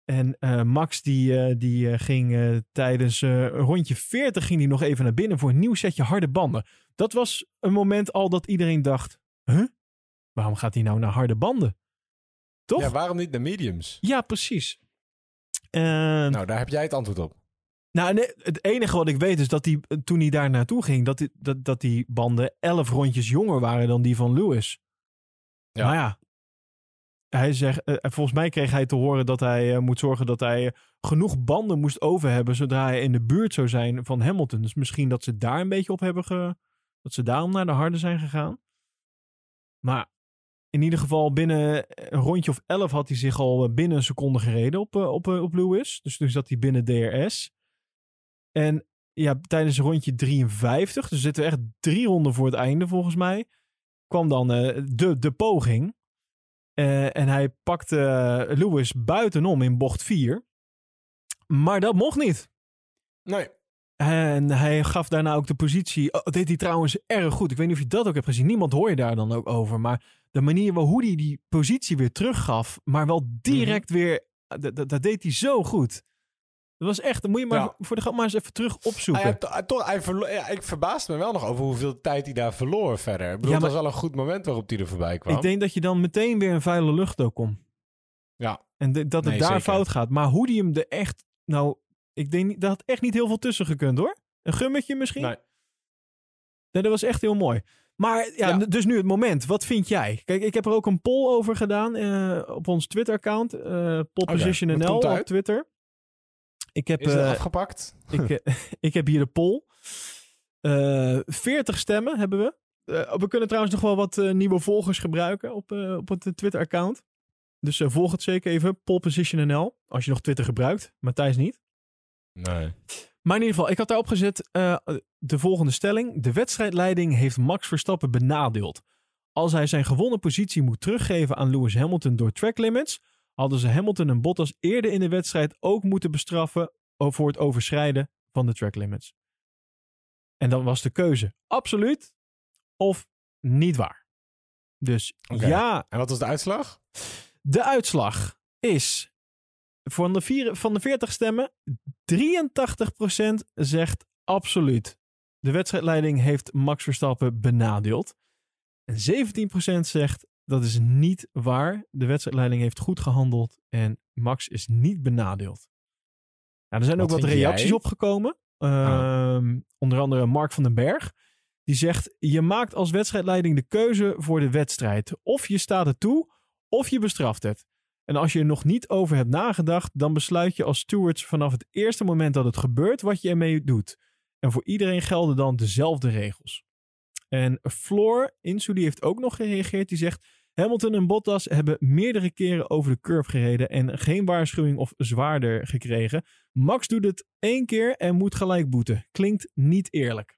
En uh, Max die, uh, die uh, ging uh, tijdens uh, rondje veertig ging die nog even naar binnen voor een nieuw setje harde banden. Dat was een moment al dat iedereen dacht, huh? Waarom gaat hij nou naar harde banden? Toch?
Ja, waarom niet naar mediums?
Ja, precies. Uh,
nou, daar heb jij het antwoord op.
Nou, nee, het enige wat ik weet is dat hij, toen hij daar naartoe ging, dat die, dat, dat die banden elf rondjes jonger waren dan die van Lewis. Ja. Maar ja, hij zegt, uh, volgens mij kreeg hij te horen dat hij uh, moet zorgen dat hij uh, genoeg banden moest over hebben zodra hij in de buurt zou zijn van Hamilton. Dus misschien dat ze daar een beetje op hebben ge... dat ze daarom naar de harde zijn gegaan. Maar in ieder geval binnen een rondje of elf had hij zich al binnen een seconde gereden op, uh, op, uh, op Lewis. Dus toen zat hij binnen D R S. En ja, tijdens rondje drieënvijftig, dus zitten we echt drie ronden voor het einde volgens mij, kwam dan uh, de, de poging. Uh, en hij pakte uh, Lewis buitenom in bocht vier. Maar dat mocht niet.
Nee.
En hij gaf daarna ook de positie. Oh, dat deed hij trouwens erg goed. Ik weet niet of je dat ook hebt gezien. Niemand hoor je daar dan ook over. Maar de manier waarop hij die positie weer teruggaf, maar wel direct mm-hmm. weer, dat, dat, dat deed hij zo goed. Dat was echt, dan moet je maar ja. voor de grap maar eens even terug opzoeken.
Hij, hij, toch, hij verlo- ja, ik verbaasde me wel nog over hoeveel tijd hij daar verloor verder. Ik bedoel, ja, maar, het was wel een goed moment waarop hij er voorbij kwam.
Ik denk dat je dan meteen weer een vuile lucht ook komt.
Ja.
En de, dat het nee, daar zeker. fout gaat. Maar hoe die hem er echt, nou, ik denk niet, daar had echt niet heel veel tussen gekund hoor. Een gummetje misschien?
Nee.
Nee, dat was echt heel mooi. Maar ja, ja, dus nu het moment. Wat vind jij? Kijk, ik heb er ook een poll over gedaan uh, op ons Twitter-account. Uh, Pole Position N L op Twitter. Ik heb,
Is het
uh,
afgepakt?
ik, uh, ik heb hier de poll. Uh, veertig stemmen hebben we. Uh, we kunnen trouwens nog wel wat uh, nieuwe volgers gebruiken op, uh, op het Twitter-account. Dus uh, volg het zeker even. Pole Position N L. Als je nog Twitter gebruikt. Matthijs niet.
Nee.
Maar in ieder geval, ik had daarop gezet uh, de volgende stelling. De wedstrijdleiding heeft Max Verstappen benadeeld. Als hij zijn gewonnen positie moet teruggeven aan Lewis Hamilton door track limits, hadden ze Hamilton en Bottas eerder in de wedstrijd ook moeten bestraffen voor het overschrijden van de track limits. En dan was de keuze absoluut of niet waar. Dus okay. ja.
En wat was de uitslag?
De uitslag is van de, vier, van de veertig stemmen, drieëntachtig procent zegt absoluut. De wedstrijdleiding heeft Max Verstappen benadeeld. En zeventien procent zegt dat is niet waar. De wedstrijdleiding heeft goed gehandeld en Max is niet benadeeld. Nou, er zijn wat ook wat reacties jij? opgekomen. Uh, oh. Onder andere Mark van den Berg. Die zegt, je maakt als wedstrijdleiding de keuze voor de wedstrijd. Of je staat het toe, of je bestraft het. En als je er nog niet over hebt nagedacht, dan besluit je als stewards vanaf het eerste moment dat het gebeurt wat je ermee doet. En voor iedereen gelden dan dezelfde regels. En Floor Insu, die heeft ook nog gereageerd. Die zegt, Hamilton en Bottas hebben meerdere keren over de curve gereden en geen waarschuwing of zwaarder gekregen. Max doet het één keer en moet gelijk boeten. Klinkt niet eerlijk.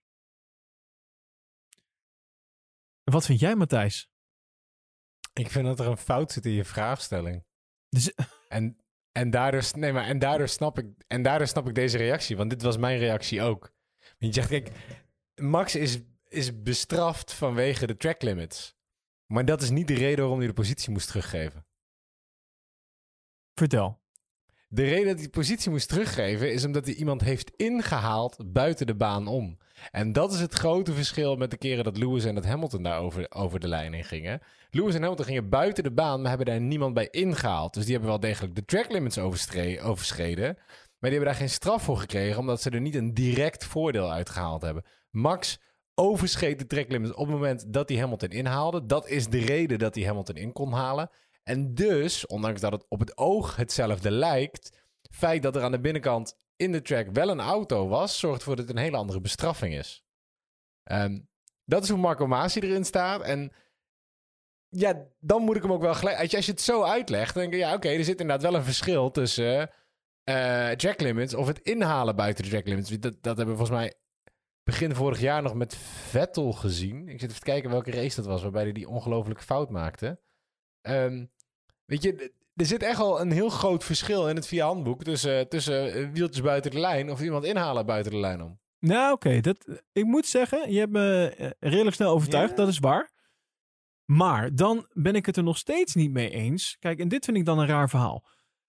Wat vind jij, Matthijs?
Ik vind dat er een fout zit in je vraagstelling.
Dus...
En, en, daardoor, nee, maar, en, daardoor snap ik, en daardoor snap ik deze reactie. Want dit was mijn reactie ook. Je zegt, kijk, Max is, is bestraft vanwege de track limits. Maar dat is niet de reden waarom hij de positie moest teruggeven.
Vertel.
De reden dat hij de positie moest teruggeven is omdat hij iemand heeft ingehaald buiten de baan om. En dat is het grote verschil met de keren dat Lewis en dat Hamilton daar over, over de lijn in gingen. Lewis en Hamilton gingen buiten de baan, maar hebben daar niemand bij ingehaald. Dus die hebben wel degelijk de track limits overschreden. Maar die hebben daar geen straf voor gekregen, omdat ze er niet een direct voordeel uitgehaald hebben. Max overschreed de track limits op het moment dat hij Hamilton inhaalde. Dat is de reden dat hij Hamilton in kon halen. En dus, ondanks dat het op het oog hetzelfde lijkt, feit dat er aan de binnenkant in de track wel een auto was, zorgt ervoor dat het een hele andere bestraffing is. Um, dat is hoe Marco Masi erin staat. En ja, dan moet ik hem ook wel gelijk... Als je het zo uitlegt, dan denk ik, ja, oké, okay, er zit inderdaad wel een verschil tussen uh, track limits of het inhalen buiten de track limits. Dat, dat hebben we volgens mij begin vorig jaar nog met Vettel gezien. Ik zit even te kijken welke race dat was, waarbij hij die ongelofelijke fout maakte. Um, weet je, er zit echt wel een heel groot verschil in het V I A-handboek tussen, tussen wieltjes buiten de lijn of iemand inhalen buiten de lijn om.
Nou, oké. Okay, ik moet zeggen, je hebt me redelijk snel overtuigd. Ja. Dat is waar. Maar dan ben ik het er nog steeds niet mee eens. Kijk, en dit vind ik dan een raar verhaal.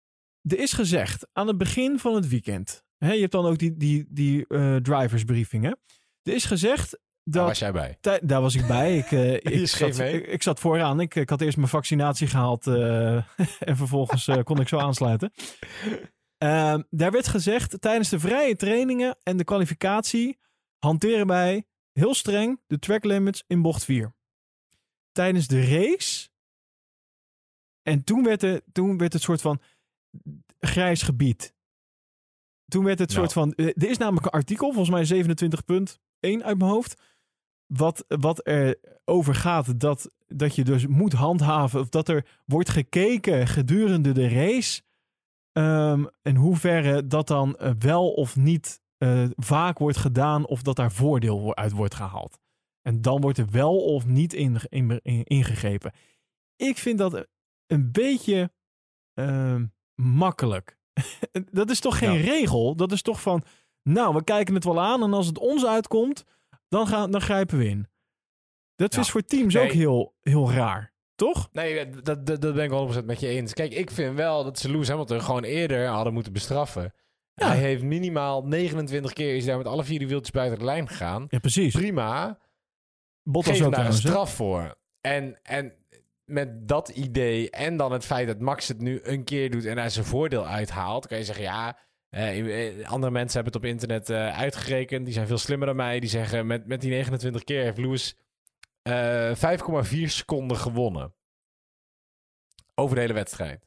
er is gezegd aan het begin van het weekend. Hè, je hebt dan ook die, die, die uh, driversbriefing. Hè? Er is gezegd dat...
Daar was jij bij.
Tij, daar was ik bij. Ik, uh, ik,
zat,
ik, ik zat vooraan. Ik, ik had eerst mijn vaccinatie gehaald. Uh, en vervolgens uh, kon ik zo aansluiten. Uh, daar werd gezegd, tijdens de vrije trainingen en de kwalificatie hanteren wij heel streng de track limits in bocht vier. Tijdens de race... En toen werd, er, toen werd het soort van grijs gebied. Toen werd het nou. soort van... Er is namelijk een artikel, volgens mij zevenentwintig punt één uit mijn hoofd. Wat, wat er over gaat dat, dat je dus moet handhaven. Of dat er wordt gekeken gedurende de race. Um, in hoeverre dat dan uh, wel of niet uh, vaak wordt gedaan. Of dat daar voordeel uit wordt gehaald. En dan wordt er wel of niet in, in, in, ingegrepen. Ik vind dat... een beetje uh, makkelijk. Dat is toch geen ja. regel? Dat is toch van, nou, we kijken het wel aan en als het ons uitkomt, dan, gaan, dan grijpen we in. Dat ja. is voor teams nee. ook heel, heel raar, toch?
Nee, dat, dat, dat ben ik honderd procent met je eens. Kijk, ik vind wel dat ze Lewis Hamilton gewoon eerder hadden moeten bestraffen. Ja. Hij heeft minimaal negenentwintig keer is daar met alle vier die wieltjes buiten de lijn gegaan.
Ja, precies.
Prima.
Bottas
Geef
ook
daar een straf
hè?
voor. En... en met dat idee en dan het feit dat Max het nu een keer doet en daar zijn voordeel uithaalt, kan je zeggen, ja, eh, andere mensen hebben het op internet uh, uitgerekend. Die zijn veel slimmer dan mij. Die zeggen, met, met die negenentwintig keer heeft Lewis uh, vijf komma vier seconden gewonnen. Over de hele wedstrijd.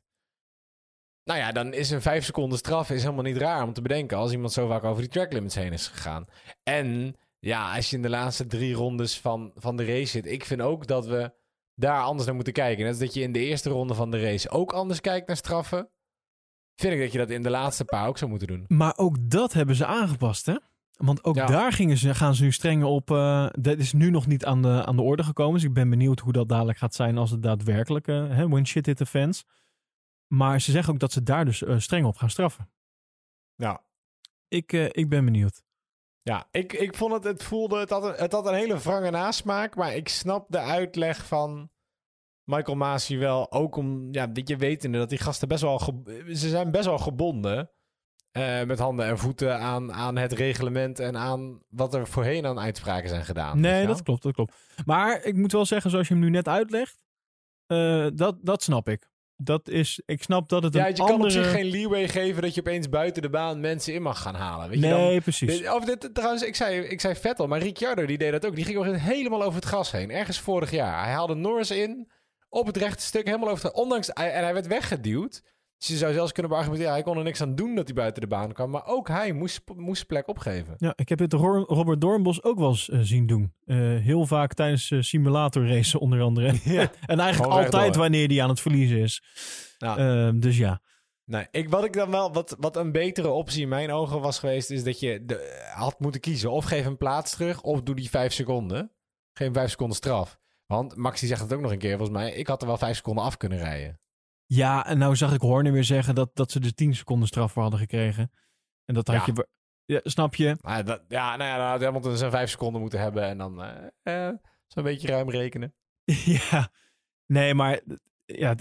Nou ja, dan is een vijf seconden straf is helemaal niet raar om te bedenken als iemand zo vaak over die track limits heen is gegaan. En ja, als je in de laatste drie rondes van, van de race zit, ik vind ook dat we daar anders naar moeten kijken. Net als dat je in de eerste ronde van de race ook anders kijkt naar straffen, vind ik dat je dat in de laatste paar ook zou moeten doen.
Maar ook dat hebben ze aangepast, hè? Want ook ja. daar gingen ze, gaan ze nu strenger op. Uh, dat is nu nog niet aan de, aan de orde gekomen. Dus ik ben benieuwd hoe dat dadelijk gaat zijn als het daadwerkelijk uh, hè, when shit hit the fans. Maar ze zeggen ook dat ze daar dus uh, streng op gaan straffen.
Ja.
Ik, uh, ik ben benieuwd.
Ja, ik, ik vond het, het voelde, het had, een, het had een hele wrange nasmaak, maar ik snap de uitleg van Michael Masi wel, ook om, ja, dat je weet dat die gasten best wel, ge, ze zijn best wel gebonden uh, met handen en voeten aan, aan het reglement en aan wat er voorheen aan uitspraken zijn gedaan.
Nee, dat klopt, dat klopt. Maar ik moet wel zeggen, zoals je hem nu net uitlegt, uh, dat, dat snap ik. Dat is, ik snap dat het
ja,
een
je
andere...
kan op zich geen leeway geven dat je opeens buiten de baan mensen in mag gaan halen. Weet
nee,
je dan,
precies.
Dit, of dit, trouwens, ik zei, ik zei Vettel, maar Ricciardo die deed dat ook. Die ging ook helemaal over het gras heen. Ergens vorig jaar. Hij haalde Norris in op het rechte stuk, helemaal over het ondanks En hij werd weggeduwd. Dus je zou zelfs kunnen beargumenteren, hij kon er niks aan doen dat hij buiten de baan kwam. Maar ook hij moest, moest plek opgeven.
Ja, ik heb het Robert Doornbos ook wel eens uh, zien doen. Uh, heel vaak tijdens uh, simulatorracen onder andere. Ja. En eigenlijk altijd wanneer hij aan het verliezen is. Ja. Uh, dus ja.
Nee, ik, wat ik dan wel, wat, wat een betere optie in mijn ogen was geweest, is dat je de, had moeten kiezen. Of geef een plaats terug, of doe die vijf seconden. Geef vijf seconden straf. Want Max die zegt het ook nog een keer, volgens mij. Ik had er wel vijf seconden af kunnen rijden.
Ja, en nou zag ik Horner weer zeggen dat, dat ze dus tien seconden straf voor hadden gekregen. En dat had ja. je... Ja, snap je?
Maar dat, ja, nou ja, dan had Hamilton zijn vijf seconden moeten hebben en dan uh, uh, zo'n beetje ruim rekenen.
Ja, nee, maar ja,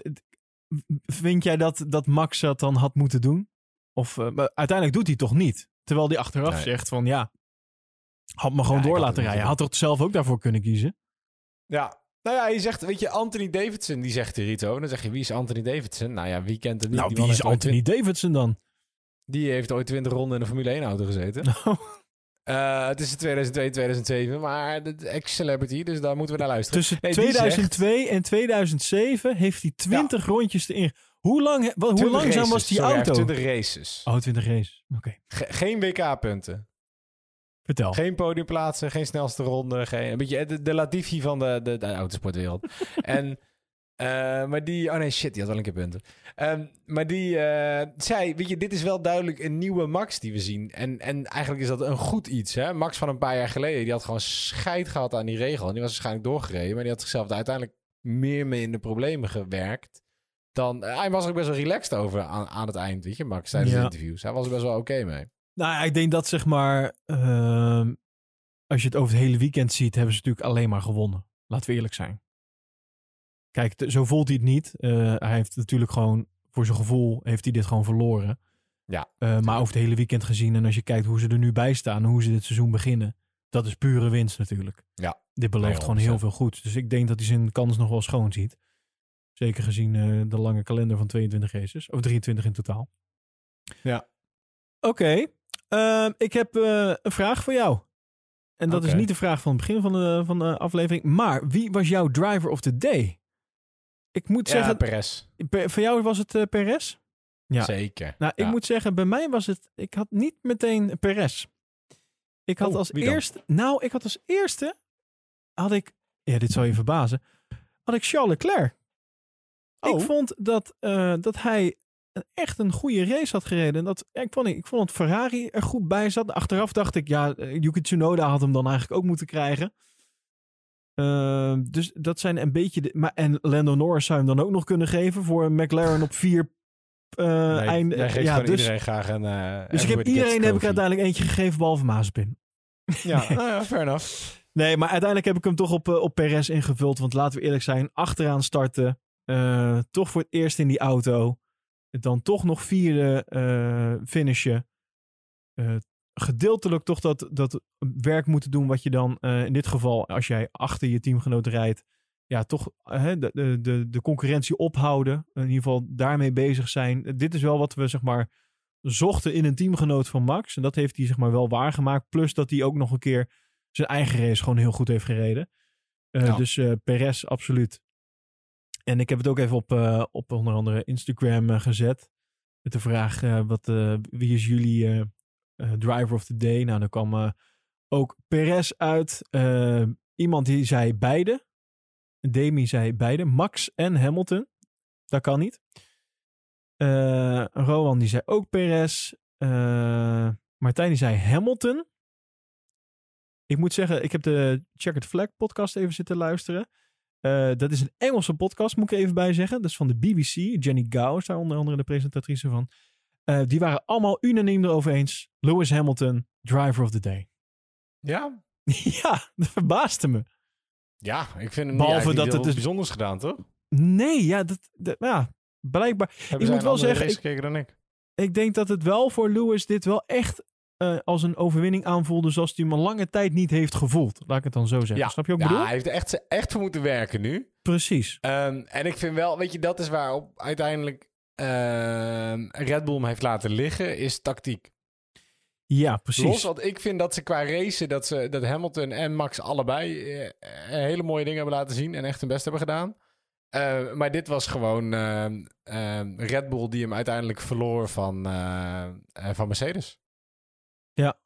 vind jij dat, dat Max dat dan had moeten doen? Of uh, uiteindelijk doet hij toch niet? Terwijl hij achteraf nee. zegt van ja, had me gewoon ja, door laten rijden. Had toch zelf ook daarvoor kunnen kiezen?
Ja. Nou ja, je zegt, weet je, Anthony Davidson, die zegt er iets over. Dan zeg je, wie is Anthony Davidson? Nou ja, wie kent het niet?
Nou,
die
wie is Anthony twintig... Davidson dan?
Die heeft ooit twintig ronden in een Formule één auto gezeten.
Oh.
Uh, het is tweeduizend twee, tweeduizend zeven, maar de ex-celebrity, dus daar moeten we naar luisteren.
Tussen nee, tweeduizend twee zegt... en tweeduizend zeven heeft hij twintig ja. rondjes erin. Hoe, lang, wat, hoe langzaam races. was die
Sorry,
auto?
twintig races.
Oh, twintig races. Oké. Okay.
Ge- geen W K-punten.
Vertel.
Geen podiumplaatsen, geen snelste ronde. Geen, een beetje de, de Latifi van de, de, de autosportwereld. en, uh, maar die... Oh nee, shit, die had wel een keer punten. Um, maar die uh, zei, weet je, dit is wel duidelijk een nieuwe Max die we zien. En, en eigenlijk is dat een goed iets, hè. Max van een paar jaar geleden, die had gewoon scheid gehad aan die regel. En die was waarschijnlijk doorgereden. Maar die had zichzelf er uiteindelijk meer mee in de problemen gewerkt. Dan, uh, hij was er ook best wel relaxed over aan, aan het eind, weet je, Max, tijdens ja. de interviews. Hij was er best wel oké okay mee.
Nou, ik denk dat, zeg maar, uh, als je het over het hele weekend ziet, hebben ze natuurlijk alleen maar gewonnen. Laten we eerlijk zijn. Kijk, t- zo voelt hij het niet. Uh, hij heeft natuurlijk gewoon voor zijn gevoel heeft hij dit gewoon verloren.
Ja.
Uh, maar over het hele weekend gezien. En als je kijkt hoe ze er nu bij staan en hoe ze dit seizoen beginnen. Dat is pure winst natuurlijk.
Ja.
Dit belooft
Nee,
gewoon heel veel goed. Dus ik denk dat hij zijn kans nog wel schoon ziet. Zeker gezien uh, de lange kalender van tweeëntwintig races. Of drieëntwintig in totaal.
Ja.
Oké. Okay. Uh, ik heb uh, een vraag voor jou. En dat okay. is niet de vraag van het begin van de, van de aflevering. Maar wie was jouw driver of the day? Ik moet
ja,
zeggen...
Perez.
Per, voor jou was het uh, Perez?
Ja. Zeker.
Nou, ik
ja.
moet zeggen, bij mij was het... Ik had niet meteen Perez. Ik had
oh,
als eerste... Nou, ik had als eerste... Had ik... Ja, dit zal je verbazen. Had ik Charles Leclerc. Oh. Ik vond dat, uh, dat hij een, echt een goede race had gereden. En dat, ik, vond, ik vond dat Ferrari er goed bij zat. Achteraf dacht ik, ja, Yuki Tsunoda had hem dan eigenlijk ook moeten krijgen. Uh, dus dat zijn een beetje... De, maar, en Lando Norris zou hem dan ook nog kunnen geven voor een McLaren op vier uh,
nee,
einde.
Jij geeft
ja,
gewoon
dus,
iedereen graag een... Uh,
dus ik heb iedereen heb ik uiteindelijk eentje gegeven, behalve Mazepin.
Ja, nou ja, fair enough.
Nee, maar uiteindelijk heb ik hem toch op, uh, op Perez ingevuld. Want laten we eerlijk zijn, achteraan starten. Uh, toch voor het eerst in die auto. Dan toch nog vierde uh, finishen. Uh, gedeeltelijk toch dat, dat werk moeten doen wat je dan uh, in dit geval, als jij achter je teamgenoot rijdt, ja, toch uh, de, de, de concurrentie ophouden. In ieder geval daarmee bezig zijn. Uh, dit is wel wat we, zeg maar, zochten in een teamgenoot van Max. En dat heeft hij, zeg maar, wel waargemaakt. Plus dat hij ook nog een keer zijn eigen race gewoon heel goed heeft gereden. Uh, ja. Dus uh, Perez, absoluut. En ik heb het ook even op, uh, op onder andere Instagram uh, gezet. Met de vraag, uh, wat, uh, wie is jullie uh, uh, driver of the day? Nou, dan kwam uh, ook Perez uit. Uh, iemand die zei beide. Demi zei beide. Max en Hamilton. Dat kan niet. Uh, Rowan die zei ook Perez. Uh, Martijn die zei Hamilton. Ik moet zeggen, ik heb de Check the Flag podcast even zitten luisteren. Uh, dat is een Engelse podcast, moet ik even bij zeggen. Dat is van de B B C. Jenny Gow is daar onder andere de presentatrice van. Uh, die waren allemaal unaniem erover eens. Lewis Hamilton, driver of the day.
Ja?
Ja, dat verbaasde me.
Ja, ik vind hem
Behalve
niet,
dat
niet
het dus
bijzonders gedaan, toch?
Nee, ja, dat, dat ja, blijkbaar.
Hebben
ik moet wel zeggen, ik,
gekeken dan ik.
ik denk dat het wel voor Lewis dit wel echt uh, als een overwinning aanvoelde, zoals hij hem al lange tijd niet heeft gevoeld. Laat ik het dan zo zeggen.
Ja.
Snap je wat ik
ja,
bedoel?
Hij heeft er echt, echt voor moeten werken nu.
Precies.
Um, en ik vind wel, weet je, dat is waarop uiteindelijk uh, Red Bull hem heeft laten liggen, is tactiek.
Ja, precies.
Los, want ik vind dat ze qua racen, dat, ze, dat Hamilton en Max allebei uh, hele mooie dingen hebben laten zien en echt hun best hebben gedaan. Uh, maar dit was gewoon uh, uh, Red Bull die hem uiteindelijk verloor van, uh, uh, van Mercedes.
Ja.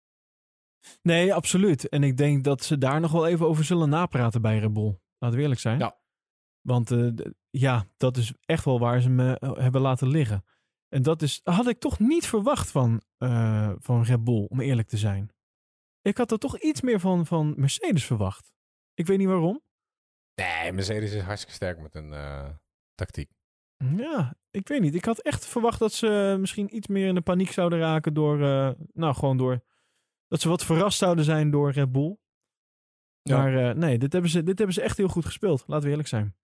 Nee, absoluut. En ik denk dat ze daar nog wel even over zullen napraten bij Red Bull. Laten we eerlijk zijn.
Ja.
Want uh, d- ja, dat is echt wel waar ze me uh, hebben laten liggen. En dat is, had ik toch niet verwacht van, uh, van Red Bull, om eerlijk te zijn. Ik had er toch iets meer van, van Mercedes verwacht. Ik weet niet waarom.
Nee, Mercedes is hartstikke sterk met een uh, tactiek.
Ja, ik weet niet. Ik had echt verwacht dat ze misschien iets meer in de paniek zouden raken door, uh, nou gewoon door, dat ze wat verrast zouden zijn door Red Bull. Ja. Maar uh, nee, dit hebben, ze, dit hebben ze echt heel goed gespeeld. Laten we eerlijk zijn.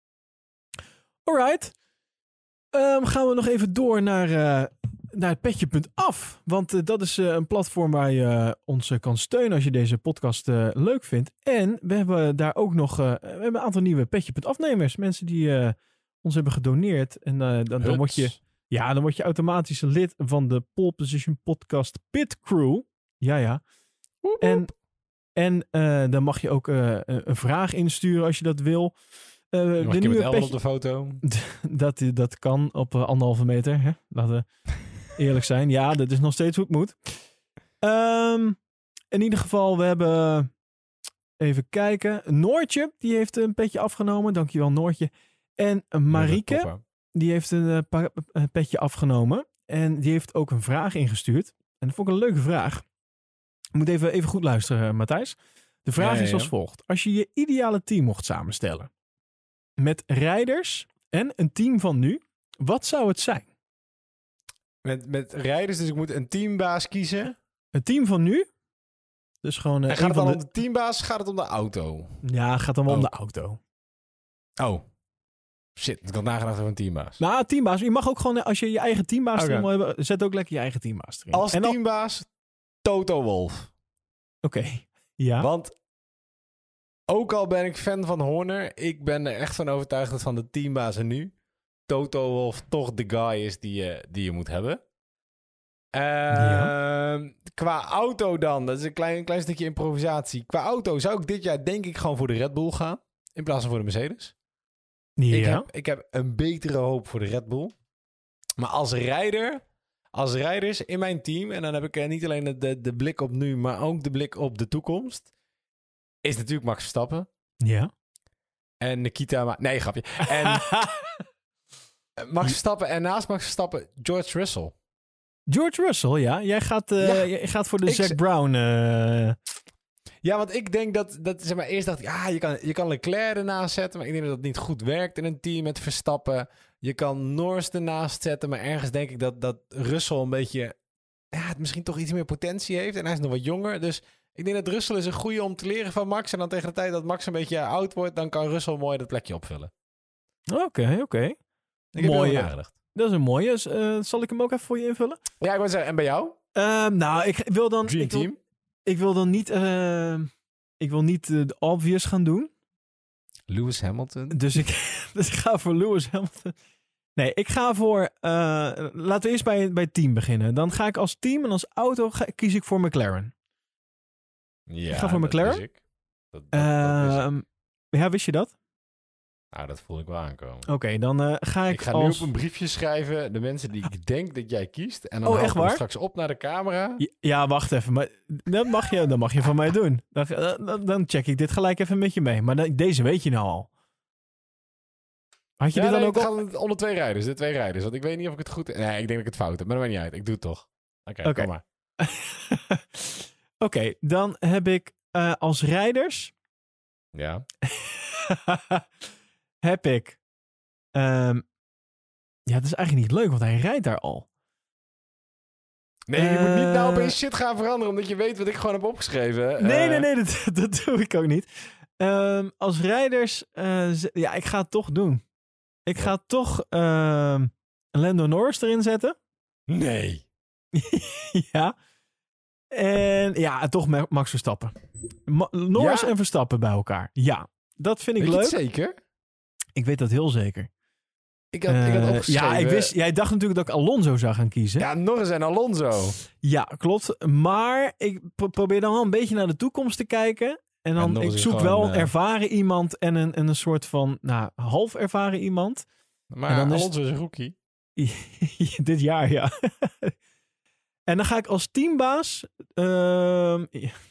Alright. Um, gaan we nog even door naar, uh, naar het petje punt af. Want uh, dat is uh, een platform waar je uh, ons uh, kan steunen als je deze podcast uh, leuk vindt. En we hebben daar ook nog uh, we hebben een aantal nieuwe petje punt afnemers. Mensen die uh, ons hebben gedoneerd. En uh, dan, dan, word je, ja, dan word je automatisch lid van de Pole Position Podcast Pit Crew. Ja, ja.
Woep, woep.
En, en uh, dan mag je ook uh, een vraag insturen als je dat wil. Uh,
mag
de
ik
nieuwe
met Elden
petje...
op de foto?
dat, dat kan op uh, anderhalve meter. Hè? Laten we eerlijk zijn. Ja, dat is nog steeds hoe het moet. Um, in ieder geval, we hebben... Even kijken. Noortje, die heeft een petje afgenomen. Dankjewel, Noortje. En Marieke, ja, top, die heeft een, uh, pa- een petje afgenomen. En die heeft ook een vraag ingestuurd. En dat vond ik een leuke vraag. Je moet even, even goed luisteren, Matthijs. De vraag ja, ja, is als ja. volgt. Als je je ideale team mocht samenstellen... met rijders en een team van nu, wat zou het zijn?
Met, met rijders, dus ik moet een teambaas kiezen?
Een team van nu? Dus gewoon... Uh,
en gaat het dan
de...
om de teambaas, gaat het om de auto?
Ja, het gaat dan wel
oh.
om de auto.
Oh. Shit, ik had nagedacht over een teambaas.
Nou, teambaas. Je mag ook gewoon, als je je eigen teambaas
Okay.
erin wil hebben, zet ook lekker je eigen teambaas erin.
Als
en dan...
teambaas, Toto Wolff.
Oké, okay. ja.
Want ook al ben ik fan van Horner, ik ben er echt van overtuigd dat van de teambazen nu Toto Wolff toch de guy is die je, die je moet hebben. Uh, ja. Qua auto dan, dat is een klein, klein stukje improvisatie. Qua auto zou ik dit jaar denk ik gewoon voor de Red Bull gaan, in plaats van voor de Mercedes.
Ja.
Ik heb, ik heb een betere hoop voor de Red Bull. Maar als rijder, als rijders in mijn team, en dan heb ik niet alleen de, de blik op nu, maar ook de blik op de toekomst, is natuurlijk Max Verstappen.
Ja.
En Nikita... Ma- nee, grapje. En Max Verstappen en naast Max Verstappen George Russell.
George Russell, ja. Jij gaat, uh, ja. jij gaat voor de ik Zac z- Brown... Uh...
Ja, want ik denk dat... dat zeg maar, eerst dacht ik, ah, je kan, je kan Leclerc ernaast zetten, maar ik denk dat dat niet goed werkt in een team met Verstappen. Je kan Norris ernaast zetten, maar ergens denk ik dat, dat Russell een beetje... Ja, misschien toch iets meer potentie heeft. En hij is nog wat jonger, dus... Ik denk dat Russell is een goede om te leren van Max. En dan tegen de tijd dat Max een beetje oud wordt, dan kan Russell mooi dat plekje opvullen.
Oké, okay, oké. Okay.
Mooi.
Dat is een mooie. Uh, zal ik hem ook even voor je invullen?
Ja, ik wil zeggen, en bij jou?
Uh, nou, ik wil dan...
Dream
ik wil,
Team?
Ik wil dan niet... Uh, ik wil niet uh, de obvious gaan doen.
Lewis Hamilton?
Dus ik, dus ik ga voor Lewis Hamilton. Nee, ik ga voor... Uh, laten we eerst bij, bij het team beginnen. Dan ga ik als team en als auto ga, kies ik voor McLaren.
Ja,
ik ga voor McLaren.
Ik. Dat, dat,
uh,
dat
ja, wist je dat?
Nou, dat voel ik wel aankomen.
Oké, okay, dan uh, ga ik
Ik ga
als...
nu op een briefje schrijven de mensen die ik denk dat jij kiest. En dan
oh,
haal
echt
ik
waar?
straks op naar de camera.
Ja, ja, wacht even. Maar dat mag je, dat mag je van mij doen. Dan, dan, dan check ik dit gelijk even met je mee. Maar dan, deze weet je nou al. Had je
ja,
dit
nee,
dan ook
op? Onder twee rijders, de twee rijders. Want ik weet niet of ik het goed... Nee, ik denk dat ik het fout heb, maar dat maakt niet uit. Ik doe het toch. Oké, okay, okay. Kom maar.
Oké, okay, dan heb ik uh, als rijders...
Ja.
heb ik... Um, ja, dat is eigenlijk niet leuk, want hij rijdt daar al.
Nee, je uh, moet niet nou opeens shit gaan veranderen, omdat je weet wat ik gewoon heb opgeschreven.
Nee, uh, nee, nee, dat, dat doe ik ook niet. Um, als rijders... Uh, ja, ik ga het toch doen. Ik ja. ga toch uh, Lando Norris erin zetten.
Nee.
ja. En ja, toch Max Verstappen. Ma- Norris ja? en Verstappen bij elkaar. Ja, dat vind ik
weet
leuk.
Je het zeker?
Ik weet dat heel zeker.
Ik had, uh, ik had opgeschreven...
Ja, ik wist, jij dacht natuurlijk dat ik Alonso zou gaan kiezen.
Ja, Norris en Alonso.
Ja, klopt. Maar ik pro- probeer dan wel een beetje naar de toekomst te kijken. En dan ja, ik zoek gewoon, wel een uh... ervaren iemand en een, en een soort van nou, half ervaren iemand.
Maar en dan Alonso is een rookie.
Dit jaar, ja. En dan ga ik als teambaas... Uh,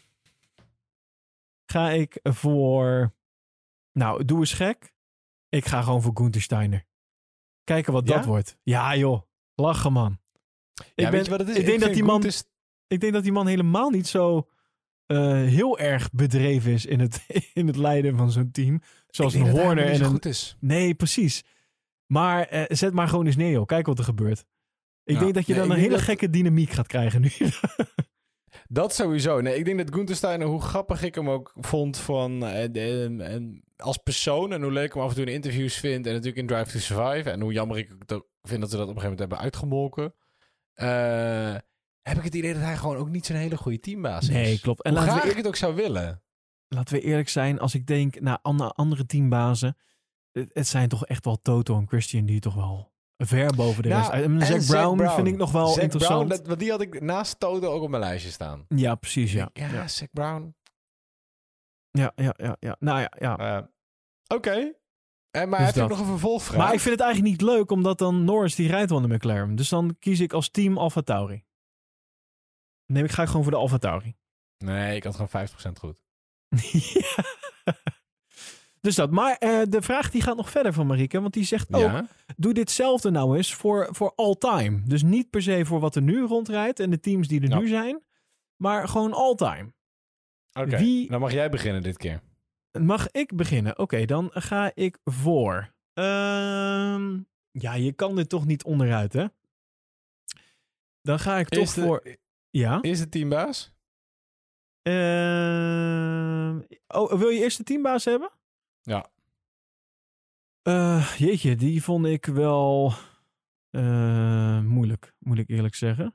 ga ik voor... Nou, doe eens gek. Ik ga gewoon voor Gunther Steiner. Kijken wat ja? dat wordt. Ja, joh. Lachen, man.
Ja,
ik, ben,
weet je wat het is?
Ik, denk
ik,
dat die man,
is...
ik denk dat die man helemaal niet zo uh, heel erg bedreven is in het, in het leiden van zo'n team. Zoals een Horner. En een...
goed is.
Nee, precies. Maar uh, zet maar gewoon eens neer, joh. Kijk wat er gebeurt. Ik ja, denk dat je nee, dan een hele dat... gekke dynamiek gaat krijgen nu.
Dat sowieso. Nee, ik denk dat Gunther Steiner, hoe grappig ik hem ook vond van uh, de, uh, als persoon en hoe leuk ik hem af en toe in interviews vind en natuurlijk in Drive to Survive en hoe jammer ik ook vind dat ze dat op een gegeven moment hebben uitgemolken. Uh, heb ik het idee dat hij gewoon ook niet zo'n hele goede teambaas is.
Nee, klopt. En
hoe graag
we,
ik het ook zou willen.
Laten we eerlijk zijn, als ik denk naar andere teambazen, het, het zijn toch echt wel Toto en Christian die toch wel ver boven de
nou,
rest. En Zac Brown, Brown vind ik nog wel
Zac
interessant.
Brown, dat, want die had ik naast Toto ook op mijn lijstje staan.
Ja, precies, ja.
Ja, ja. Zac Brown.
Ja, ja, ja, ja. Nou ja, ja.
Uh, Oké. Okay. En maar dus heb je nog een vervolgvraag?
Maar ik vind het eigenlijk niet leuk, omdat dan Norris die rijdt wel de McLaren. Dus dan kies ik als team AlphaTauri. Nee, ik ga gewoon voor de AlphaTauri.
Nee, ik had gewoon vijftig procent goed.
ja. Dus dat. Maar uh, de vraag die gaat nog verder van Marieke. Want die zegt ook, ja? doe ditzelfde nou eens voor, voor all time. Dus niet per se voor wat er nu rondrijdt en de teams die er ja. nu zijn. Maar gewoon all time.
Oké, okay, Wie... dan mag jij beginnen dit keer.
Mag ik beginnen? Oké, okay, dan ga ik voor. Uh, ja, je kan dit toch niet onderuit, hè? Dan ga ik toch
de,
voor... Ja?
Is het teambaas?
Uh, oh, wil je eerst de teambaas hebben?
Ja.
Uh, jeetje, die vond ik wel uh, moeilijk. Moet ik eerlijk zeggen.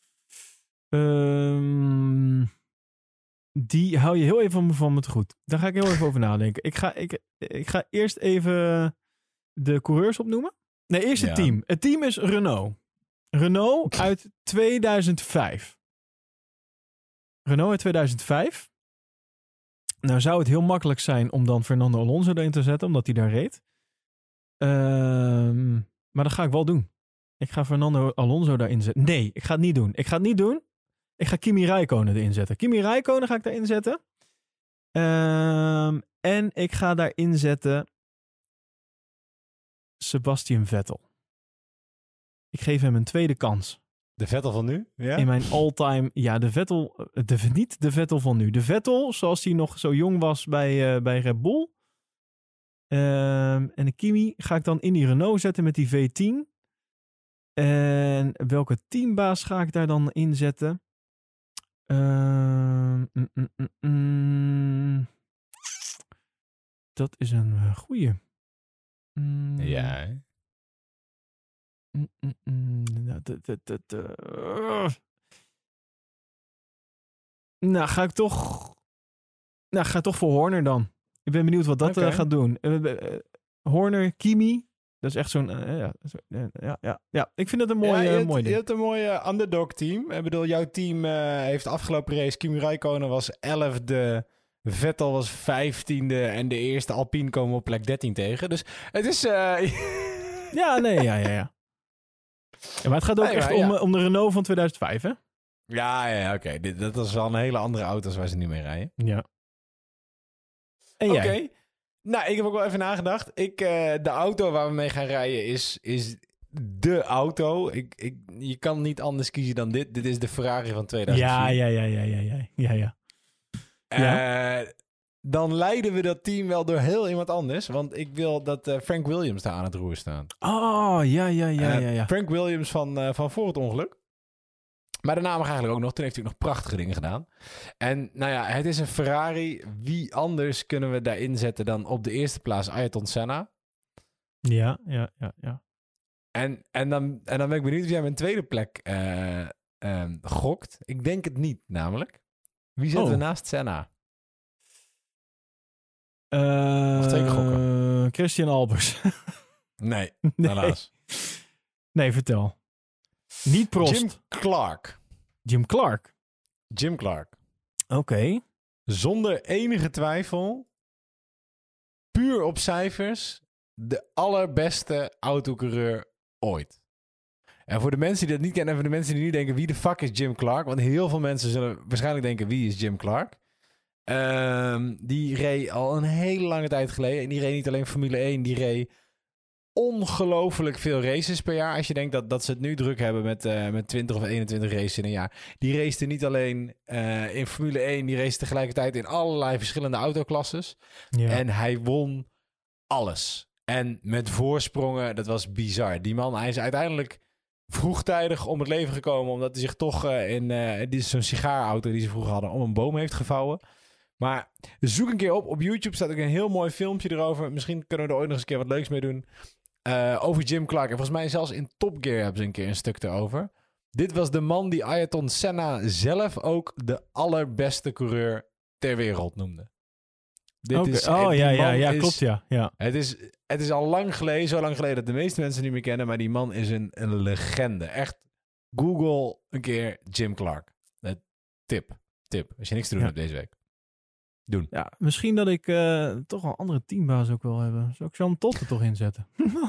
Um, die hou je heel even van me, van me te goed. Daar ga ik heel even over nadenken. Ik ga, ik, ik ga eerst even de coureurs opnoemen. Nee, eerst het ja. team. Het team is Renault. Renault uit tweeduizend vijf. Renault uit tweeduizend vijf. Nou zou het heel makkelijk zijn om dan Fernando Alonso erin te zetten, omdat hij daar reed. Um, maar dat ga ik wel doen. Ik ga Fernando Alonso daarin zetten. Nee, ik ga het niet doen. Ik ga het niet doen. Ik ga Kimi Räikkönen erin zetten. Kimi Räikkönen ga ik daarin zetten. Um, en ik ga daarin zetten Sebastian Vettel. Ik geef hem een tweede kans.
De Vettel van nu? Ja?
In mijn all-time... Ja, de Vettel... De, niet de Vettel van nu. De Vettel zoals hij nog zo jong was bij, uh, bij Red Bull. Um, en de Kimi ga ik dan in die Renault zetten met die V tien. En welke teambaas ga ik daar dan in zetten? Um, mm, mm, mm, mm. Dat is een uh, goeie. Mm.
Ja.
Mm, mm, mm. Nou, dat, dat, dat, uh. nou, ga ik toch... Nou, ga ik toch voor Horner dan. Ik ben benieuwd wat dat okay. uh, gaat doen. Uh, uh, Horner, Kimi... Dat is echt zo'n... Uh, ja, zo, uh, ja, ja, ja, ik vind het een mooi, ja,
je
uh,
hebt,
mooi ding.
Je hebt een mooie underdog-team. Ik bedoel, jouw team uh, heeft de afgelopen race... Kimi Räikkönen was elfde, Vettel was vijftiende... en de eerste Alpine komen op plek dertien tegen. Dus het is... Uh...
ja, nee, ja, ja, ja. ja maar het gaat ook nee, echt maar, om, ja. om de Renault van tweeduizend vijf, hè?
Ja, ja, oké. Okay. Dat is wel een hele andere auto waar ze nu mee rijden.
Ja.
En jij? Oké. Okay. Nou, ik heb ook wel even nagedacht. Ik, uh, de auto waar we mee gaan rijden is, is de auto. Ik, ik, je kan niet anders kiezen dan dit. Dit is de Ferrari van tweeduizend vier.
Ja, ja, ja, ja, ja, ja, ja, ja.
Uh, ja. Dan leiden we dat team wel door heel iemand anders. Want ik wil dat uh, Frank Williams daar aan het roer staat.
Oh, ja, ja, ja, ja, ja.
Uh, Frank Williams van, uh, van voor het ongeluk. Maar daarna mag eigenlijk ook nog. Toen heeft hij ook nog prachtige dingen gedaan. En nou ja, het is een Ferrari. Wie anders kunnen we daarin zetten dan op de eerste plaats Ayrton Senna?
Ja, ja, ja, ja.
En, en, dan, en dan ben ik benieuwd of jij mijn tweede plek uh, uh, gokt. Ik denk het niet, namelijk. Wie zetten oh. we naast Senna?
Uh,
of twee keer gokken.
Christian Albers.
nee, nee, helaas.
Nee, vertel. Niet Prost.
Jim Clark.
Jim Clark?
Jim Clark.
Oké. Okay.
Zonder enige twijfel, puur op cijfers, de allerbeste autocoureur ooit. En voor de mensen die dat niet kennen en voor de mensen die nu denken, wie de fuck is Jim Clark? Want heel veel mensen zullen waarschijnlijk denken, wie is Jim Clark? Um, die reed al een hele lange tijd geleden. En die reed niet alleen Formule één, die reed ongelooflijk veel races per jaar. Als je denkt dat, dat ze het nu druk hebben met, uh, met twintig of eenentwintig races in een jaar. Die racete niet alleen uh, in Formule één, die race tegelijkertijd in allerlei verschillende autoklasses. Ja. En hij won alles. En met voorsprongen, dat was bizar. Die man, hij is uiteindelijk vroegtijdig om het leven gekomen, omdat hij zich toch uh, in uh, dit is zo'n sigaarauto die ze vroeger hadden, om een boom heeft gevouwen. Maar zoek een keer op. Op YouTube staat ook een heel mooi filmpje erover. Misschien kunnen we er ooit nog eens een keer wat leuks mee doen. Uh, over Jim Clark. En volgens mij zelfs in Top Gear hebben ze een keer een stuk erover. Dit was de man die Ayrton Senna zelf ook de allerbeste coureur ter wereld noemde. Dit
okay.
is,
oh ja, ja, ja,
is,
klopt ja. ja.
Het is, het is al lang geleden, zo lang geleden dat de meeste mensen niet meer kennen. Maar die man is een, een legende. Echt, Google een keer Jim Clark. Uh, tip, tip. Als je niks te doen ja. hebt deze week. Doen.
Ja, misschien dat ik uh, toch een andere teambaas ook wil hebben. Zou ik Jean Todt er toch inzetten?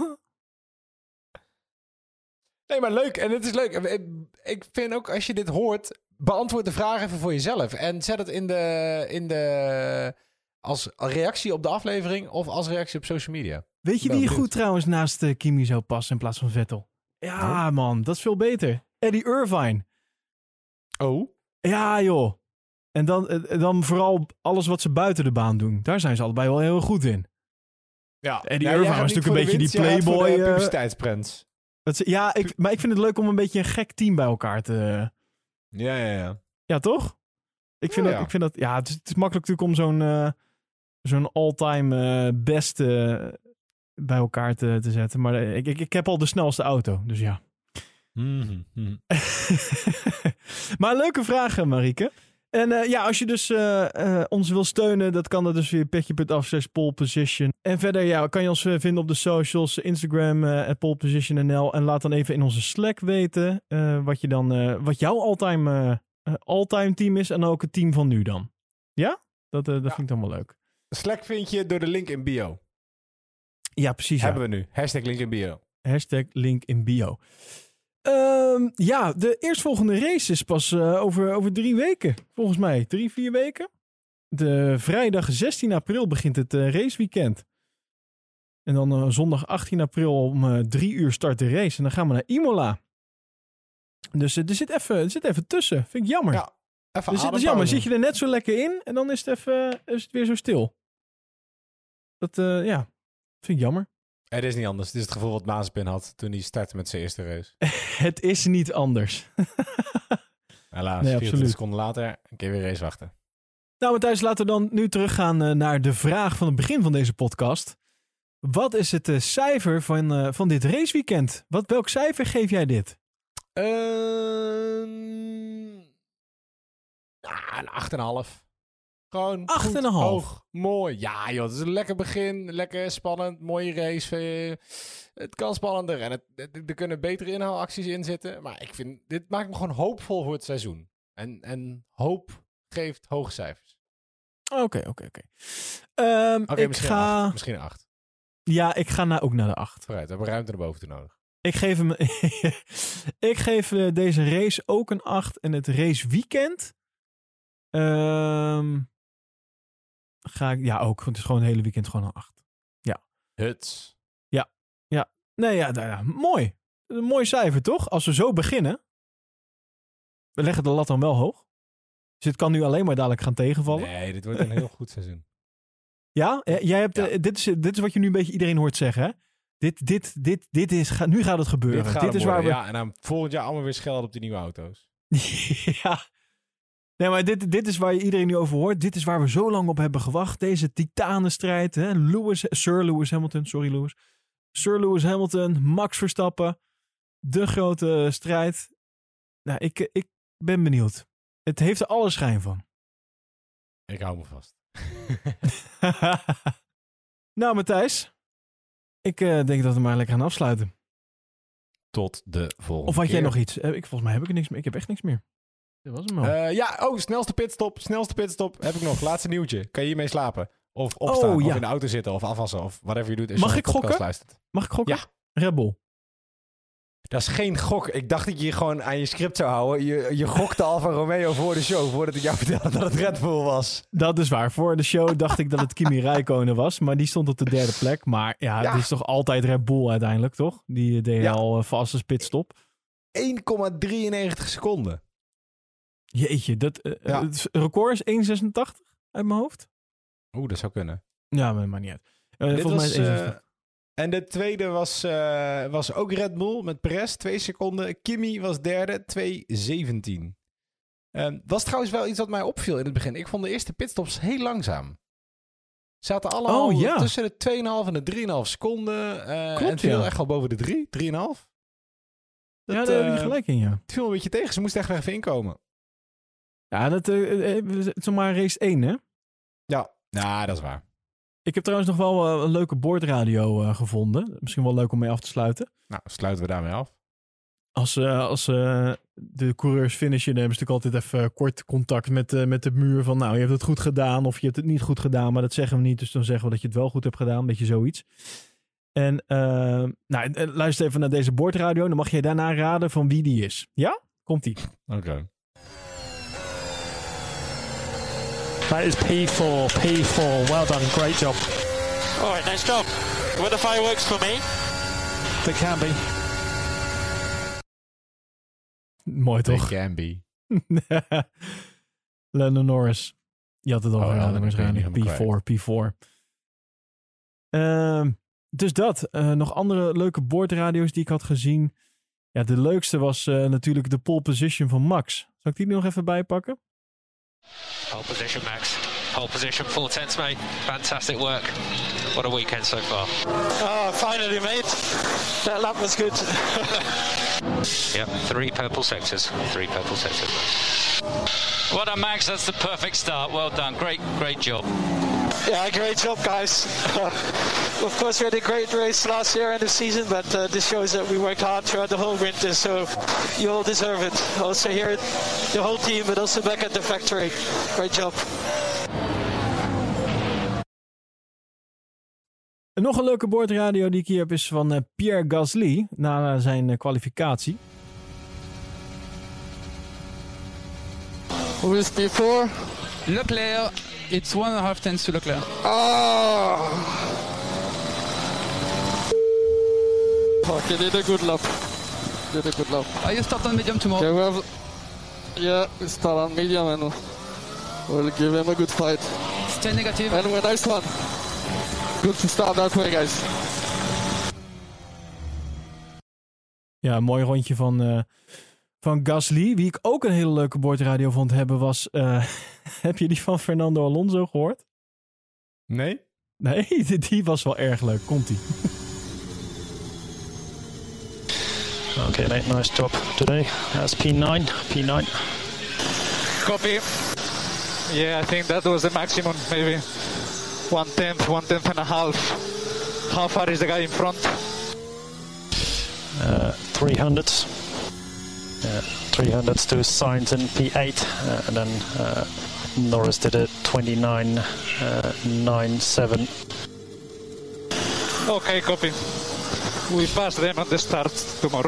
Nee, maar leuk. En het is leuk. Ik vind ook, als je dit hoort, beantwoord de vraag even voor jezelf. En zet het in de, in de als reactie op de aflevering of als reactie op social media.
Weet je wie je goed trouwens naast uh, Kimi zou passen in plaats van Vettel? Ja, oh. man. Dat is veel beter. Eddie Irvine.
Oh?
Ja, joh. En dan, dan vooral alles wat ze buiten de baan doen. Daar zijn ze allebei wel heel goed in.
Ja,
Eddie
ja,
Irvine was natuurlijk een beetje
winst,
die playboy.
Ja, publiciteitsprins.
Uh, ja, ik, maar ik vind het leuk om een beetje een gek team bij elkaar te...
Ja, ja, ja.
Ja, toch? Ik vind,
ja,
dat,
ja.
ik vind dat... Ja, het is, het is makkelijk natuurlijk om zo'n... Uh, zo'n all-time uh, beste bij elkaar te, te zetten. Maar uh, ik, ik, ik heb al de snelste auto, dus ja.
Mm-hmm. Mm-hmm.
Maar leuke vragen, Marieke. En uh, ja, als je dus uh, uh, ons wil steunen, dat kan dat dus via petje.af slash poleposition. En verder ja, kan je ons uh, vinden op de socials, Instagram, uh, at poleposition.nl. En laat dan even in onze Slack weten uh, wat, je dan, uh, wat jouw all-time, uh, uh, all-time team is en ook het team van nu dan. Ja? Dat, uh, dat ja. vind ik dan wel leuk.
Slack vind je door de link in bio.
Ja, precies.
Hebben
ja.
we nu. Hashtag link in bio.
Hashtag link in bio. Um, ja, de eerstvolgende race is pas uh, over, over drie weken. Volgens mij. Drie, vier weken. De vrijdag zestien april begint het uh, raceweekend. En dan uh, zondag achttien april om uh, drie uur start de race. En dan gaan we naar Imola. Dus uh, er, zit even, er zit even tussen. Vind ik jammer.
Ja, even
dus het is jammer. Zit je er net zo lekker in en dan is het, even, is het weer zo stil. Dat, uh, ja, vind ik jammer.
Het is niet anders. Het is het gevoel wat Mazepin had toen hij startte met zijn eerste race.
Het is niet anders.
Helaas, nee, vierentwintig seconden later een keer weer race wachten.
Nou Matthijs, laten we dan nu teruggaan uh, naar de vraag van het begin van deze podcast. Wat is het uh, cijfer van, uh, van dit raceweekend? Wat, welk cijfer geef jij dit?
Uh, ah, een acht komma vijf. Gewoon
acht
goed,
komma vijf.
Hoog, mooi. Ja joh, het is een lekker begin. Lekker spannend, mooie race. Het kan spannender en het, het, er kunnen betere inhaalacties in zitten. Maar ik vind, dit maakt me gewoon hoopvol voor het seizoen. En, en hoop geeft hoge cijfers.
Oké, okay, oké, okay, oké. Okay. Um,
okay,
ik
misschien
ga...
een acht. Misschien een acht.
Ja, ik ga naar, ook naar de acht.
Vooruit, we hebben ruimte naar boven toe nodig.
Ik geef, hem ik geef uh, deze race ook een acht. En het raceweekend... Um, ga ik... Ja, ook. Het is gewoon het hele weekend gewoon een acht. Ja.
Huts.
Ja. Ja. Nee, ja, ja, mooi. Een mooi cijfer, toch? Als we zo beginnen... We leggen de lat dan wel hoog. Dus het kan nu alleen maar dadelijk gaan tegenvallen.
Nee, dit wordt een heel goed seizoen.
Ja? Jij hebt, ja. Uh, dit, is, dit is wat je nu een beetje iedereen hoort zeggen, hè? Dit, dit, dit, dit is... Ga, nu gaat het gebeuren.
Dit, gaat
dit is
worden,
waar we...
Ja, en dan volgend jaar allemaal weer schelden op die nieuwe auto's.
Ja. Nee, maar dit, dit is waar je iedereen nu over hoort. Dit is waar we zo lang op hebben gewacht. Deze titanenstrijd. Hè? Lewis, Sir Lewis Hamilton. Sorry, Lewis. Sir Lewis Hamilton. Max Verstappen. De grote strijd. Nou, ik, ik ben benieuwd. Het heeft er alle schijn van.
Ik hou me vast.
Nou, Matthijs. Ik uh, denk dat we maar lekker gaan afsluiten.
Tot de volgende
Of had
keer.
jij nog iets? Volgens mij heb ik niks meer. Ik heb echt niks meer. Dat was hem al.
Uh, ja, oh, snelste pitstop. Snelste pitstop heb ik nog. Laatste nieuwtje. Kan je hiermee slapen? Of opstaan,
oh, ja.
of in de auto zitten, of afwassen, of whatever je doet. Als
Mag
je
ik gokken?
Luistert.
Mag ik gokken?
Ja.
Red Bull.
Dat is geen gok. Ik dacht dat je je gewoon aan je script zou houden. Je, je gokte Alfa Romeo voor de show, voordat ik jou vertelde dat het Red Bull was.
Dat is waar. Voor de show dacht ik dat het Kimi Räikkönen was, maar die stond op de derde plek. Maar ja, ja. het is toch altijd Red Bull uiteindelijk, toch? Die deed ja. al uh, vast als pitstop.
één komma drieënnegentig seconden.
Jeetje, dat, uh, ja. het record is één komma zesentachtig uit mijn hoofd.
Oeh, dat zou kunnen.
Ja, maar maar niet uit. Uh,
Dit
volgens
was,
mij is één komma zesentachtig.
Uh, en de tweede was, uh, was ook Red Bull met Perez, twee seconden. Kimi was derde, twee zeventien. Uh, was trouwens wel iets wat mij opviel in het begin. Ik vond de eerste pitstops heel langzaam. Zaten allemaal
oh, ja.
tussen de twee komma vijf en de drie komma vijf seconden. Uh,
Klopt,
en veel
ja.
echt al boven de drie, drie komma vijf.
Dat, ja, daar uh, heb je gelijk in, ja.
Het viel een beetje tegen. Ze moesten echt weer even inkomen.
Ja, dat uh, uh, het is maar race één, hè?
Ja, nou, dat is waar.
Ik heb trouwens nog wel uh, een leuke boordradio uh, gevonden. Misschien wel leuk om mee af te sluiten.
Nou, sluiten we daarmee af.
Als, uh, als uh, de coureurs finishen, dan hebben ze natuurlijk altijd even kort contact met, uh, met de muur van, nou, je hebt het goed gedaan of je hebt het niet goed gedaan, maar dat zeggen we niet, dus dan zeggen we dat je het wel goed hebt gedaan, een beetje zoiets. En uh, nou, luister even naar deze boordradio, dan mag jij daarna raden van wie die is. Ja? Komt-ie.
Oké. Okay.
That is P four, P four. Well done, great job.
All right, nice job. Were the fireworks for me?
They can be.
Mooi toch?
They can be.
Lando Norris. Je had het al
oh,
geraden
ja,
waarschijnlijk. P four, P four. Uh, dus dat. Uh, nog andere leuke boordradio's die ik had gezien. Ja, de leukste was uh, natuurlijk de pole position van Max. Zal ik die nog even bijpakken?
Pole position, Max. Pole position, four tenths, mate. Fantastic work. What a weekend so far.
Oh, finally, mate. That lap was good.
Yep, three purple sectors. Three purple sectors.
Well done, Max. That's the perfect start. Well done. Great, great job.
Yeah, great job, guys. Of course, we had a great race last year in the season, but uh, this shows that we worked hard throughout the whole winter, so you all deserve it. Also here, the whole team, but also back at the factory. Great job.
En nog een leuke boordradio die ik hier heb is van uh, Pierre Gasly na zijn uh, kwalificatie.
Who is before?
Leclerc, it's one and a half tenths to Leclerc.
Oh! Okay, did a good lap. Did a good lap.
Are you stopped on medium tomorrow?
Okay, we have, yeah, we start on medium and we'll give him a good fight.
Stay negative.
And a nice one. Good to start that way, guys.
Ja, een mooi rondje van, uh, van Gasly. Wie ik ook een hele leuke boordradio vond hebben was... Uh, heb je die van Fernando Alonso gehoord?
Nee?
Nee, die, die was wel erg leuk. Komt-ie.
Okay, mate, nice job today. That's P nine. P nine.
Copy. Yeah, I think that was the maximum, maybe one tenth, one tenth and a half. How far is the guy in front?
Uh, three hundreds. Uh, three hundreds to Sainz in P eight, uh, and then uh, Norris did a twenty-nine nine seven.
Okay, copy. We pass them on the start tomorrow.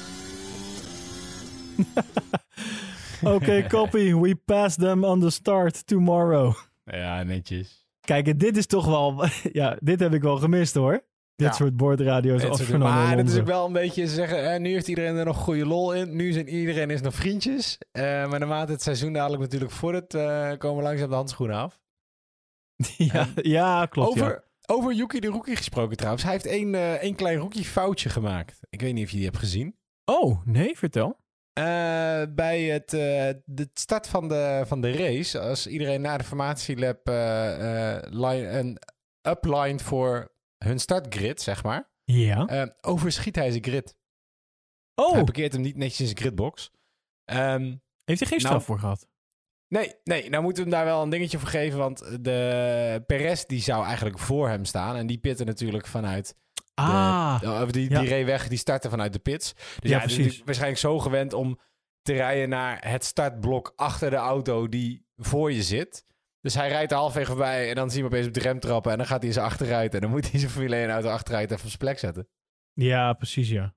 Okay, copy. We pass them on the start tomorrow.
Ja, netjes.
Kijk, dit is toch wel... Ja, dit heb ik wel gemist hoor. Dit
Ja.
soort boordradio's als Fernando
Maar
Alonso.
dat is ook wel een beetje zeggen, eh, nu heeft iedereen er nog goede lol in. Nu zijn iedereen is nog vriendjes. Uh, maar naarmate het seizoen dadelijk natuurlijk vordert, uh, komen we langzaam de handschoenen af.
ja, ja, klopt.
Over,
ja.
over Yuki de Rookie gesproken trouwens. Hij heeft één, uh, één klein rookie foutje gemaakt. Ik weet niet of je die hebt gezien.
Oh, nee, vertel.
Uh, bij het, uh, de start van de, van de race, als iedereen na de formatielab uh, uh, line, een upline voor hun startgrid, zeg maar,
Ja.
uh, overschiet hij zijn grid.
Oh,
Hij parkeert hem niet netjes in zijn gridbox. Um,
heeft hij geen straf
nou,
voor gehad?
nee, nee, nou moeten we hem daar wel een dingetje voor geven, want de Perez die zou eigenlijk voor hem staan en die pitten natuurlijk vanuit...
Ah,
De, of die,
ja.
die reed weg, die startte vanuit de pits. Dus
Ja,
ja,
precies.
dus die waarschijnlijk zo gewend om te rijden naar het startblok achter de auto die voor je zit. Dus hij rijdt er halfweg voorbij en dan zien we opeens op de rem trappen en dan gaat hij zijn achteruit en dan moet hij zijn Formule één auto achteruit even op zijn plek zetten.
ja, precies, ja.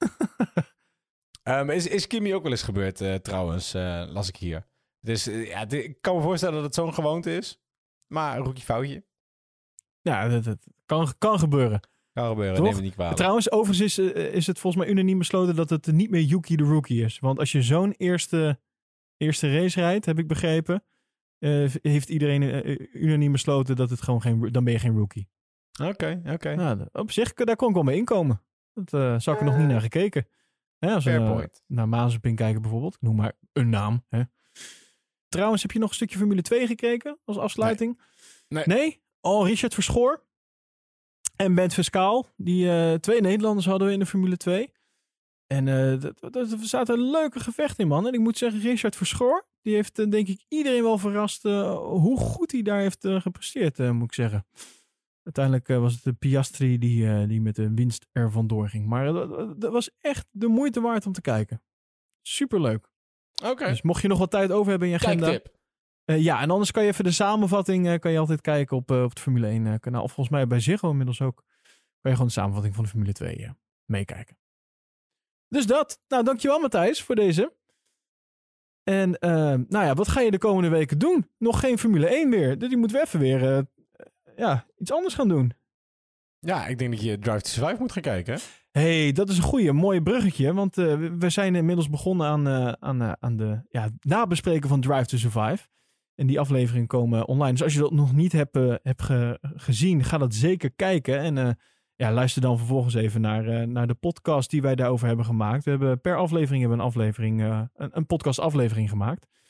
Um, is, is Kimi ook wel eens gebeurd uh, trouwens, uh, las ik hier. Dus uh, ja, dit- ik kan me voorstellen dat het zo'n gewoonte is. Maar een rookie foutje.
Ja, dat, dat kan, kan gebeuren.
Kan gebeuren,
Toch?
neem het niet kwalijk.
Trouwens, overigens is, uh, is het volgens mij unaniem besloten dat het niet meer Yuki de Rookie is. Want als je zo'n eerste, eerste race rijdt, heb ik begrepen, uh, heeft iedereen uh, unaniem besloten dat het gewoon geen, dan ben je geen rookie.
Oké, oké.
Nou, op zich, daar kon ik wel mee inkomen. Dat uh, zou ik er nog niet naar gekeken. Hè, als we
Fair
uh,
point.
naar Mazepin kijken bijvoorbeeld. Ik noem maar een naam. Hè. Trouwens, heb je nog een stukje Formule twee gekeken als afsluiting?
Nee.
Nee? Oh, Richard Verschoor en Bent Fiscaal. Die uh, twee Nederlanders hadden we in de Formule twee. En uh, er zaten leuke gevechten in, man. En ik moet zeggen, Richard Verschoor, die heeft uh, denk ik iedereen wel verrast uh, hoe goed hij daar heeft uh, gepresteerd, uh, moet ik zeggen. Uiteindelijk uh, was het de Piastri die, uh, die met de winst er vandoor ging. Maar uh, dat was echt de moeite waard om te kijken. Superleuk.
Oké.
Dus mocht je nog wat tijd over hebben in je agenda...
Kijktip.
Uh, ja, en anders kan je even de samenvatting uh, kan je altijd kijken op, uh, op het Formule één uh, kanaal. Of volgens mij bij Ziggo inmiddels ook. Kan je gewoon de samenvatting van de Formule twee uh, meekijken. Dus dat. Nou, dankjewel Matthijs voor deze. En uh, nou ja, wat ga je de komende weken doen? Nog geen Formule één weer. Dus die moeten we even weer uh, ja, iets anders gaan doen.
Ja, ik denk dat je Drive to Survive moet gaan kijken. Hè?
Hey, dat is een goeie, mooi bruggetje. Want uh, we- we zijn inmiddels begonnen aan, uh, aan, uh, aan de ja, het nabespreken van Drive to Survive. En die afleveringen komen online. Dus als je dat nog niet hebt, uh, hebt ge- gezien, ga dat zeker kijken. En uh, ja, luister dan vervolgens even naar, uh, naar de podcast die wij daarover hebben gemaakt. We hebben per aflevering hebben we een, aflevering, uh, een, een podcast aflevering gemaakt.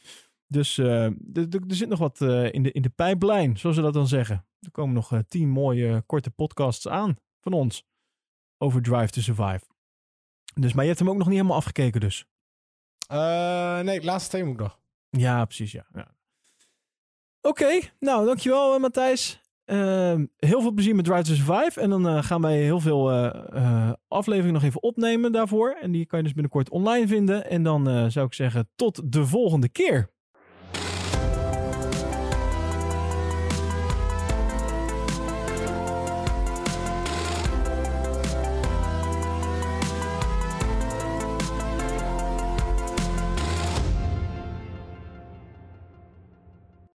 Dus uh, er, er zit nog wat uh, in, de, in de pijplijn, zoals ze dat dan zeggen. Er komen nog uh, tien mooie uh, korte podcasts aan van ons over Drive to Survive. Dus, maar je hebt hem ook nog niet helemaal afgekeken dus?
Uh, nee, de laatste twee moet ik nog.
Ja, precies, ja. ja. Oké, okay, nou, dankjewel uh, Matthijs. Uh, heel veel plezier met Drive to Survive. En dan uh, gaan wij heel veel uh, uh, afleveringen nog even opnemen daarvoor. En die kan je dus binnenkort online vinden. En dan uh, zou ik zeggen, tot de volgende keer.